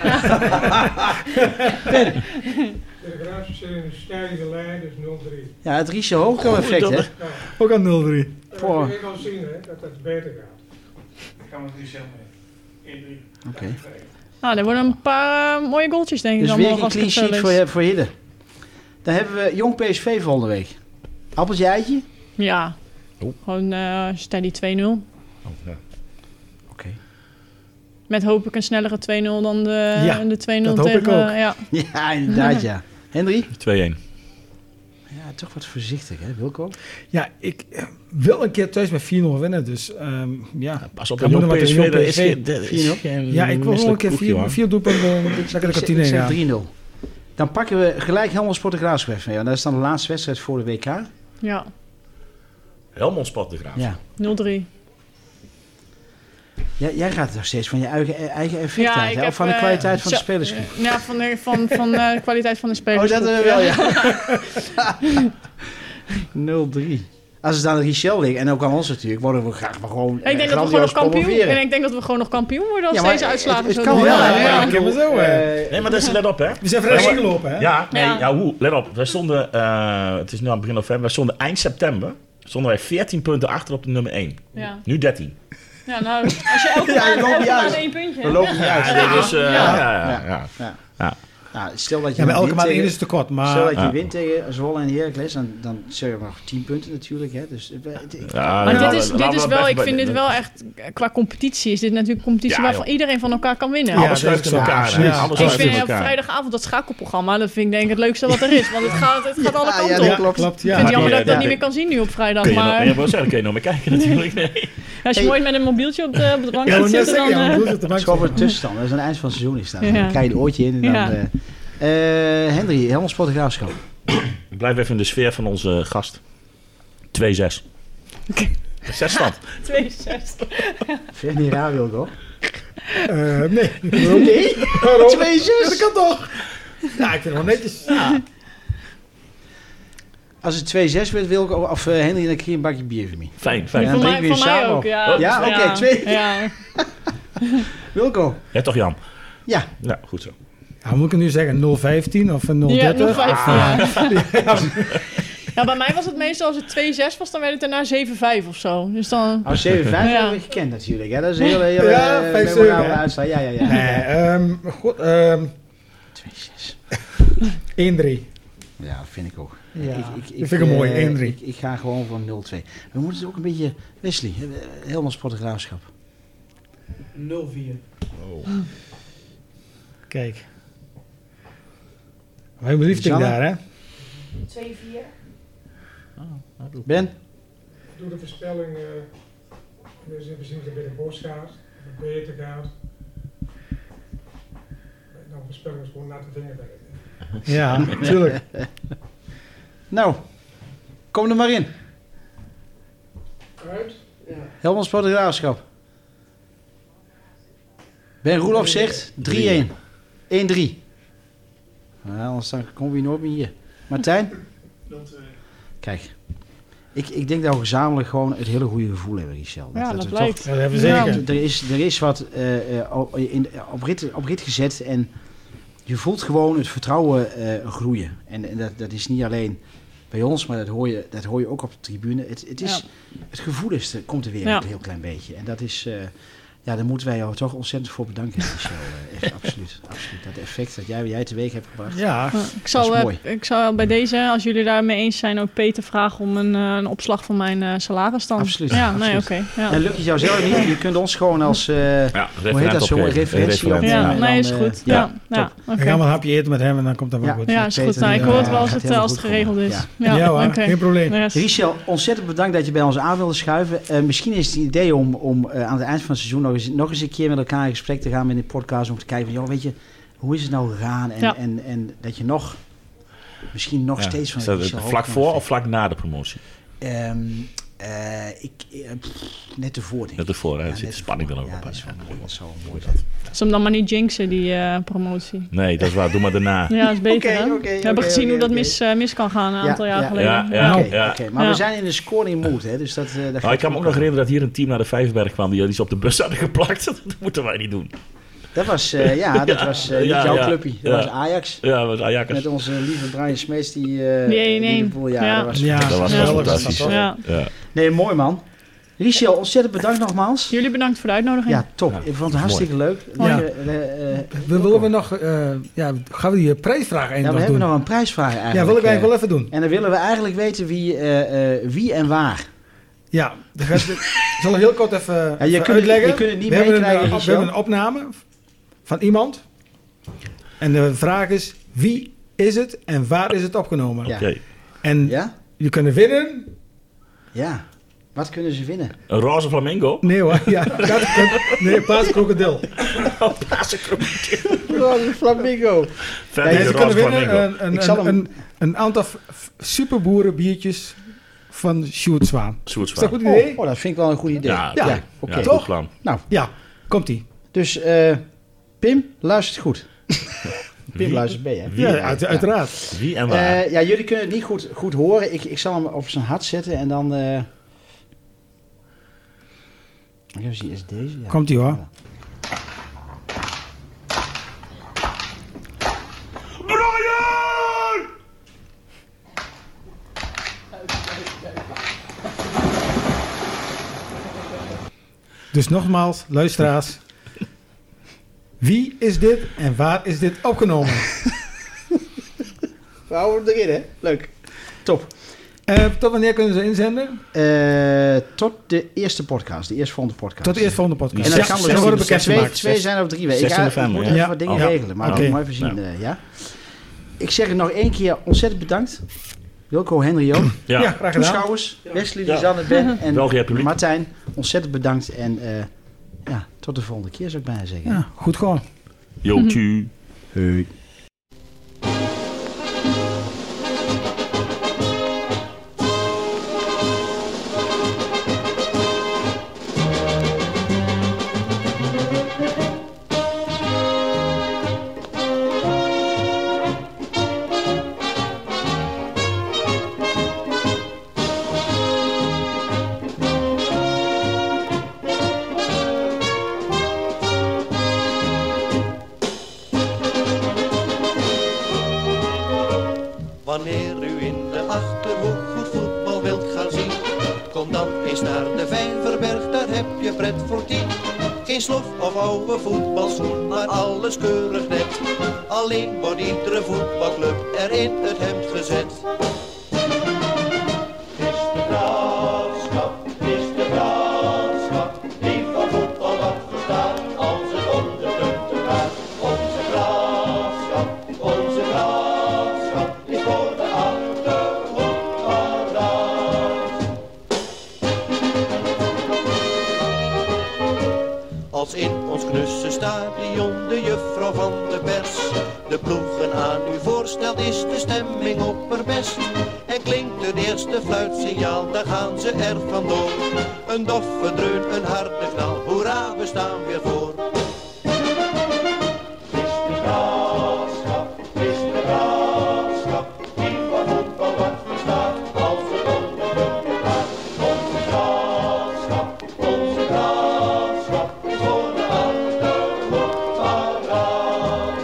Graafse zit in een stijgende lijn, dus nul drie. Ja, het Riesje Hoogko effect, hè? Ja. Ook aan nul drie. Voor. Ik kan zien, hè, dat het beter gaat. Ik ga met Riesje mee. één drie. Oké. Okay. Nou, er worden een paar uh, mooie goaltjes, denk ik. Dus dan weer een clean sheet voor, voor Hidde. Dan hebben we Jong P S V volgende week. Appeltje eitje? Ja. Oh. Gewoon uh, steady twee nul. Oh, ja. Oké. Okay. Met hopelijk een snellere twee nul dan de, ja, de twee nul dat tegen... Hoop ik ook. Uh, ja. ja, inderdaad, ja. Henry? twee-één. Ja, toch wat voorzichtig, hè, Wilco? Ja, ik uh, wil een keer thuis met vier nul winnen, dus um, ja. ja. Pas op, de Jong P S V, dat is, is geen Ja, ik wil gewoon een keer vier, vier doelpunten, lekker de kantine in gaan. drie nul. Dan pakken we gelijk Helmond Sport de Graafschap mee. Dat is dan de laatste wedstrijd voor de W K. Ja. Helmond Sport de Graafschap. Ja. nul drie. Ja, jij gaat nog steeds van je eigen, eigen effect ja, uit, hè? Of van de uh, kwaliteit van zo, de spelersgroep? Uh, ja, van de, van, van uh, de kwaliteit van de spelersgroep. Oh, dat uh, wel, ja. nul drie. Als het dan Richel ligt, en ook aan ons natuurlijk, worden we graag maar gewoon ik denk dat we gewoon nog kampioen En ik denk dat we gewoon nog kampioen worden als ja, deze uitslagen het, zo het kan wel, hè? Ja, ja, ja. Zo, uh, nee, maar dat is, let op, hè. We zijn vrij ingelopen, hè. Ja, nee, ja. ja, hoe? Let op. We stonden, uh, het is nu aan het begin november, we stonden eind september, stonden wij veertien punten achter op de nummer één. Ja. Nu dertien. Ja, nou, als je elke maand ja, één puntje. We lopen niet uit. Ja, dus, uh, ja. Ja, ja, ja, ja. ja. ja. Nou, stel dat je ja, maar elke maand één is te kort. Maar... Stel dat je ja. wint tegen Zwolle en Heracles, dan, dan zeg je nog tien punten natuurlijk. Hè. Dus, ik, ja, maar ja, dit is, dit is wel, ik vind dit wel echt, qua competitie is dit natuurlijk een competitie ja, waarvan iedereen van elkaar kan winnen. Ja, alles schuift in elkaar. Ja, alles ik vind op vrijdagavond dat schakelprogramma, dat vind ik denk ik het leukste wat er is. Want het gaat, het gaat alle kanten ja, op. Klopt, klopt, ja. Ik vind het jammer dat ik dat niet meer kan zien nu op vrijdag. Maar... Ja, maar kun je nog maar kijken natuurlijk. Nee. Als je mooi met een mobieltje op de, op de bank zit zitten, dan... Het is gewoon voor de tussenstand. Dat is aan het eind van het seizoen is dat. Dan krijg je een oortje in en dan... Uh, Henry, Helmond Sport de Graafschap. Ik blijf even in de sfeer van onze gast. twee zes. Zes stand. twee zes. Vind je niet raar, Wilco? Uh, nee. Nee? twee zes? Dat kan toch? Ja, ik vind het wel netjes. Ja. Als het twee zes wordt, Wilco of uh, Henry, dan krijg je een bakje bier voor mij. Fijn, fijn. Ja, voor mij, voor mij ook, ja. Oh, ja, oké, okay, twee. Ja. Wilco. Ja, toch Jan? Ja. Ja, goed zo. Ja, moet ik het nu zeggen? nul vijftien of nul dertig? Ja, nul vijftien. Ah. Ja. Ja, bij mij was het meestal als het twee zes was, dan werd het daarna zeven vijf of zo. Dus dan... Oh, zeven vijf ja. Heb ik gekend natuurlijk. Hè? Dat is een hele, hele ja, uh, vijf zeven. Uitslag. Ja, ja, ja. Nee, um, goed. Um, twee zes. één drie. Ja, dat vind ik ook. Ja, ik, ik, ik, dat vind ik uh, mooi, één drie. Ik, ik ga gewoon voor nul twee. We moeten het ook een beetje... Wesley, Helmond Sport de Graafschap. nul vier. Oh. Kijk. Wij hebben liefde daar, hè? twee vier. Oh, ben? Doe de voorspelling. Uh, dus we zien dat het bij de Bos gaat. Of het beter gaat. Nou, voorspelling is gewoon natte dingen bij het. Ja, natuurlijk. Nou, kom er maar in. Uit? Ja. Helmond Sport de Graafschap. Ben Roelof zegt drie-één. één drie. Nou, anders dan kom je nooit meer hier. Martijn? nul twee. Kijk. Ik, ik denk dat we gezamenlijk gewoon het hele goede gevoel hebben, Richel. Ja, dat, dat blijkt. Toch, ja, dat hebben we zeker. Er is, er is wat uh, in, op, rit, op rit gezet en je voelt gewoon het vertrouwen uh, groeien. En, en dat, dat is niet alleen bij ons, maar dat hoor je, dat hoor je ook op de tribune. Het, het, is, ja. het gevoel is, er komt er weer ja. een heel klein beetje. En dat is... Uh, Ja, daar moeten wij jou toch ontzettend voor bedanken, Michel. Echt, absoluut, absoluut. Dat effect dat jij, jij teweeg hebt gebracht. Ja, ik zal, uh, ik zal bij deze, als jullie daarmee eens zijn, ook Peter vragen om een, uh, een opslag van mijn uh, salaris dan. Absoluut. Ja, absoluut. nee, oké. Okay, ja. En lukt het jou zelf niet? Je kunt ons gewoon als uh, ja, hoe heet dat zo, een referentie op. Ja, en nee, dan, is goed. Ja, ja, ja, okay. Dan gaan we een hapje eten met hem en dan komt dat wel ja. goed. Ja, is goed. Nou, ik hoor het wel als het, als het geregeld is. Ja, ja, ja hoor, okay. Geen probleem. Yes. Richel, ontzettend bedankt dat je bij ons aan wilde schuiven. Uh, misschien is het idee om, om uh, aan het eind van het seizoen nog eens, nog eens een keer met elkaar in gesprek te gaan met de podcast om te kijken van, joh, weet je, hoe is het nou gegaan? En, ja. en, en dat je nog misschien nog ja. steeds van... Is dat het vlak voor of vlak na de promotie? Um, uh, ik, uh, pff, net ervoor, denk Net ervoor, hè? Ja, zit de spanning dan ook ja, op. Dat is wel mooi. Dat is wel mooi. Ze hem dan maar niet jinxen, die uh, promotie. Nee, dat is waar. Doe maar daarna. Ja, dat is beter, okay, hè? okay, We okay, hebben gezien okay, hoe dat okay. mis, uh, mis kan gaan een aantal ja, jaar ja, geleden. Ja, ja, ja. ja. Okay, okay. Maar ja. we zijn in de scoring mood, hè? Dus dat, uh, dat oh, ik kan me ook nog herinneren dat hier een team naar de Vijverberg kwam... die iets op de bus hadden geplakt. Dat moeten wij niet doen. Dat was, uh, ja, dat ja, was uh, niet ja, jouw ja, clubje. Dat ja. was Ajax. Ja, dat was Ajax. Met onze lieve Brian Smeets, die... Uh, die één één. Ja, ja, dat was, ja, dat was, ja. was fantastisch. Ja. Ja. Nee, mooi man. Richel, ontzettend bedankt nogmaals. Jullie bedankt voor de uitnodiging. Ja, top. Ja, ik vond het hartstikke mooi. leuk. Ja. Uh, uh, uh, we willen we nog... Uh, ja, gaan we die prijsvraag eindigen? Ja, we hebben doen? nog een prijsvraag eigenlijk. Ja, wil ik eigenlijk wel even doen. En dan willen we eigenlijk weten wie, uh, uh, wie en waar. Ja, dan gaat, ik zal heel kort even, ja, je even kunt, uitleggen. Je kunt het niet we, hebben een, krijgen, we hebben een opname van iemand. En de vraag is, wie is het en waar is het opgenomen? Ja. Okay. En ja? je kunt winnen. Ja. Wat kunnen ze winnen? Een roze flamingo? Nee hoor, ja. Dat, nee, paarse krokodil. Oh, paarse krokodil. Roze flamingo. Verder ja, ze roze kunnen winnen flamingo. een, een, een, een, een aantal superboeren biertjes van Sjoerd Zwaan. Sjoerd Zwaan. Is dat een goed idee? Oh, oh, dat vind ik wel een goed idee. Ja, ja, ja, oké. Okay. Ja, goed plan. Nou, ja, komt-ie. Dus uh, Pim, luistert goed. Pim luistert mee, hè? Ja, uit, uiteraard. Ja. Wie en waar? Uh, ja, jullie kunnen het niet goed, goed horen. Ik, ik zal hem op zijn hart zetten en dan... Uh... Even zien, is deze? Ja. Komt-ie hoor. Ja. Brian! Dus nogmaals, luisteraars. Wie is dit en waar is dit opgenomen? We houden hem erin, hè? Leuk. Top. Uh, tot wanneer kunnen ze inzenden? Uh, tot de eerste podcast, de eerstvolgende podcast. Tot de eerstvolgende podcast. En dan ja, gaan we ja, zo worden bekend twee, gemaakt. twee zijn of drie weken. Ik, ga, ik moet even ja. wat dingen oh. regelen, maar okay. maar even zien. Ja. Uh, ja. Ik zeg het nog één keer ontzettend bedankt. Wilco, Henry ook. Ja, ja, graag gedaan. Toeschouwers, Wesley, ja. Lisanne, Ben en België, Martijn. Ontzettend bedankt en uh, ja, tot de volgende keer zou ik bijna zeggen. Ja, goed gewoon. Yo, mm-hmm. tju. Hoi. Wanneer u in de Achterhoek goed voetbal wilt gaan zien, kom dan eens naar de Vijverberg, daar heb je pret voor tien. Geen slof of oude voetbalschoen, maar alles keurig net. Alleen wordt iedere voetbalclub er in het hemd gezet. Is de graafschap, is de graafschap, die van voetbal wat verstaan, als het om de punten gaat. Onze graafschap, onze graafschap, is voor de Achterhoek paraat. Als in ons knusse stadion de juffrouw van de pers de ploegen aan u voorstelt, is de stemming opperbest. En klinkt het eerste fluitsignaal, dan gaan ze er vandoor. Een doffe dreun, een harde knal, hoera, we staan weer voor. Is de graafschap, is de graafschap, die van voetbal wat verstaat, als het om de punten gaat. Onze graafschap, onze graafschap, is voor de Achterhoek paraat.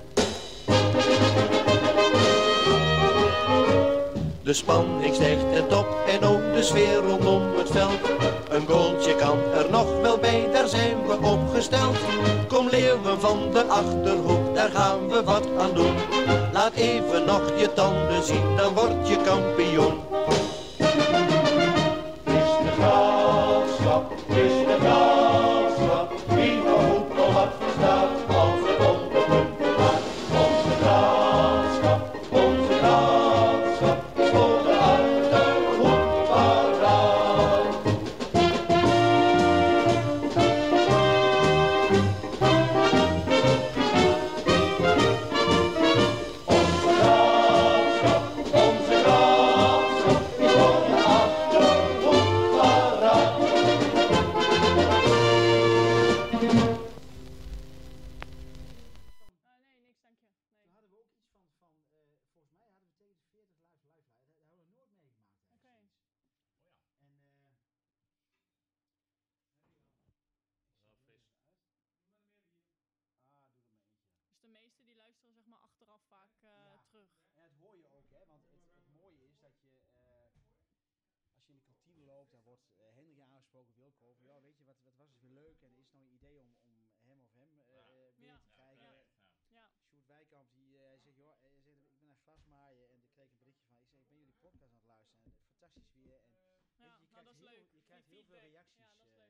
De spanning stijgt ten top en ook de sfeer rondom het veld. Een goaltje kan er nog wel bij, daar zijn we opgesteld. Kom leeuwen van de Achterhoek, daar gaan we wat aan doen. Laat even nog je tanden zien, dan word je kampioen. Is de graafschap, is de graafschap, wie van voetbal wat verstaat, als het om de punten gaat. Onze graafschap, onze graafschap, is voor de Achterhoek paraat. Onze graafschap, maar achteraf vaak uh, ja. terug. En dat hoor je ook, hè? Want het, het mooie is dat je... Uh, als je in de kantine loopt, dan wordt uh, Hendrik aangesproken, Wilco, over, ja, weet je, wat, wat was het weer leuk en is het nou een idee om, om hem of hem uh, ja. binnen ja. te krijgen. Ja. Ja. Ja. Sjoerd Wijkamp, die uh, hij zegt, joh, hij zegt, ik ben aan grasmaaien en ik kreeg een berichtje van, ik zeg, ik ben jullie podcast aan het luisteren, fantastisch weer. En, ja, je, je krijgt, nou, heel, je krijgt heel veel reacties. Ja, dat is leuk.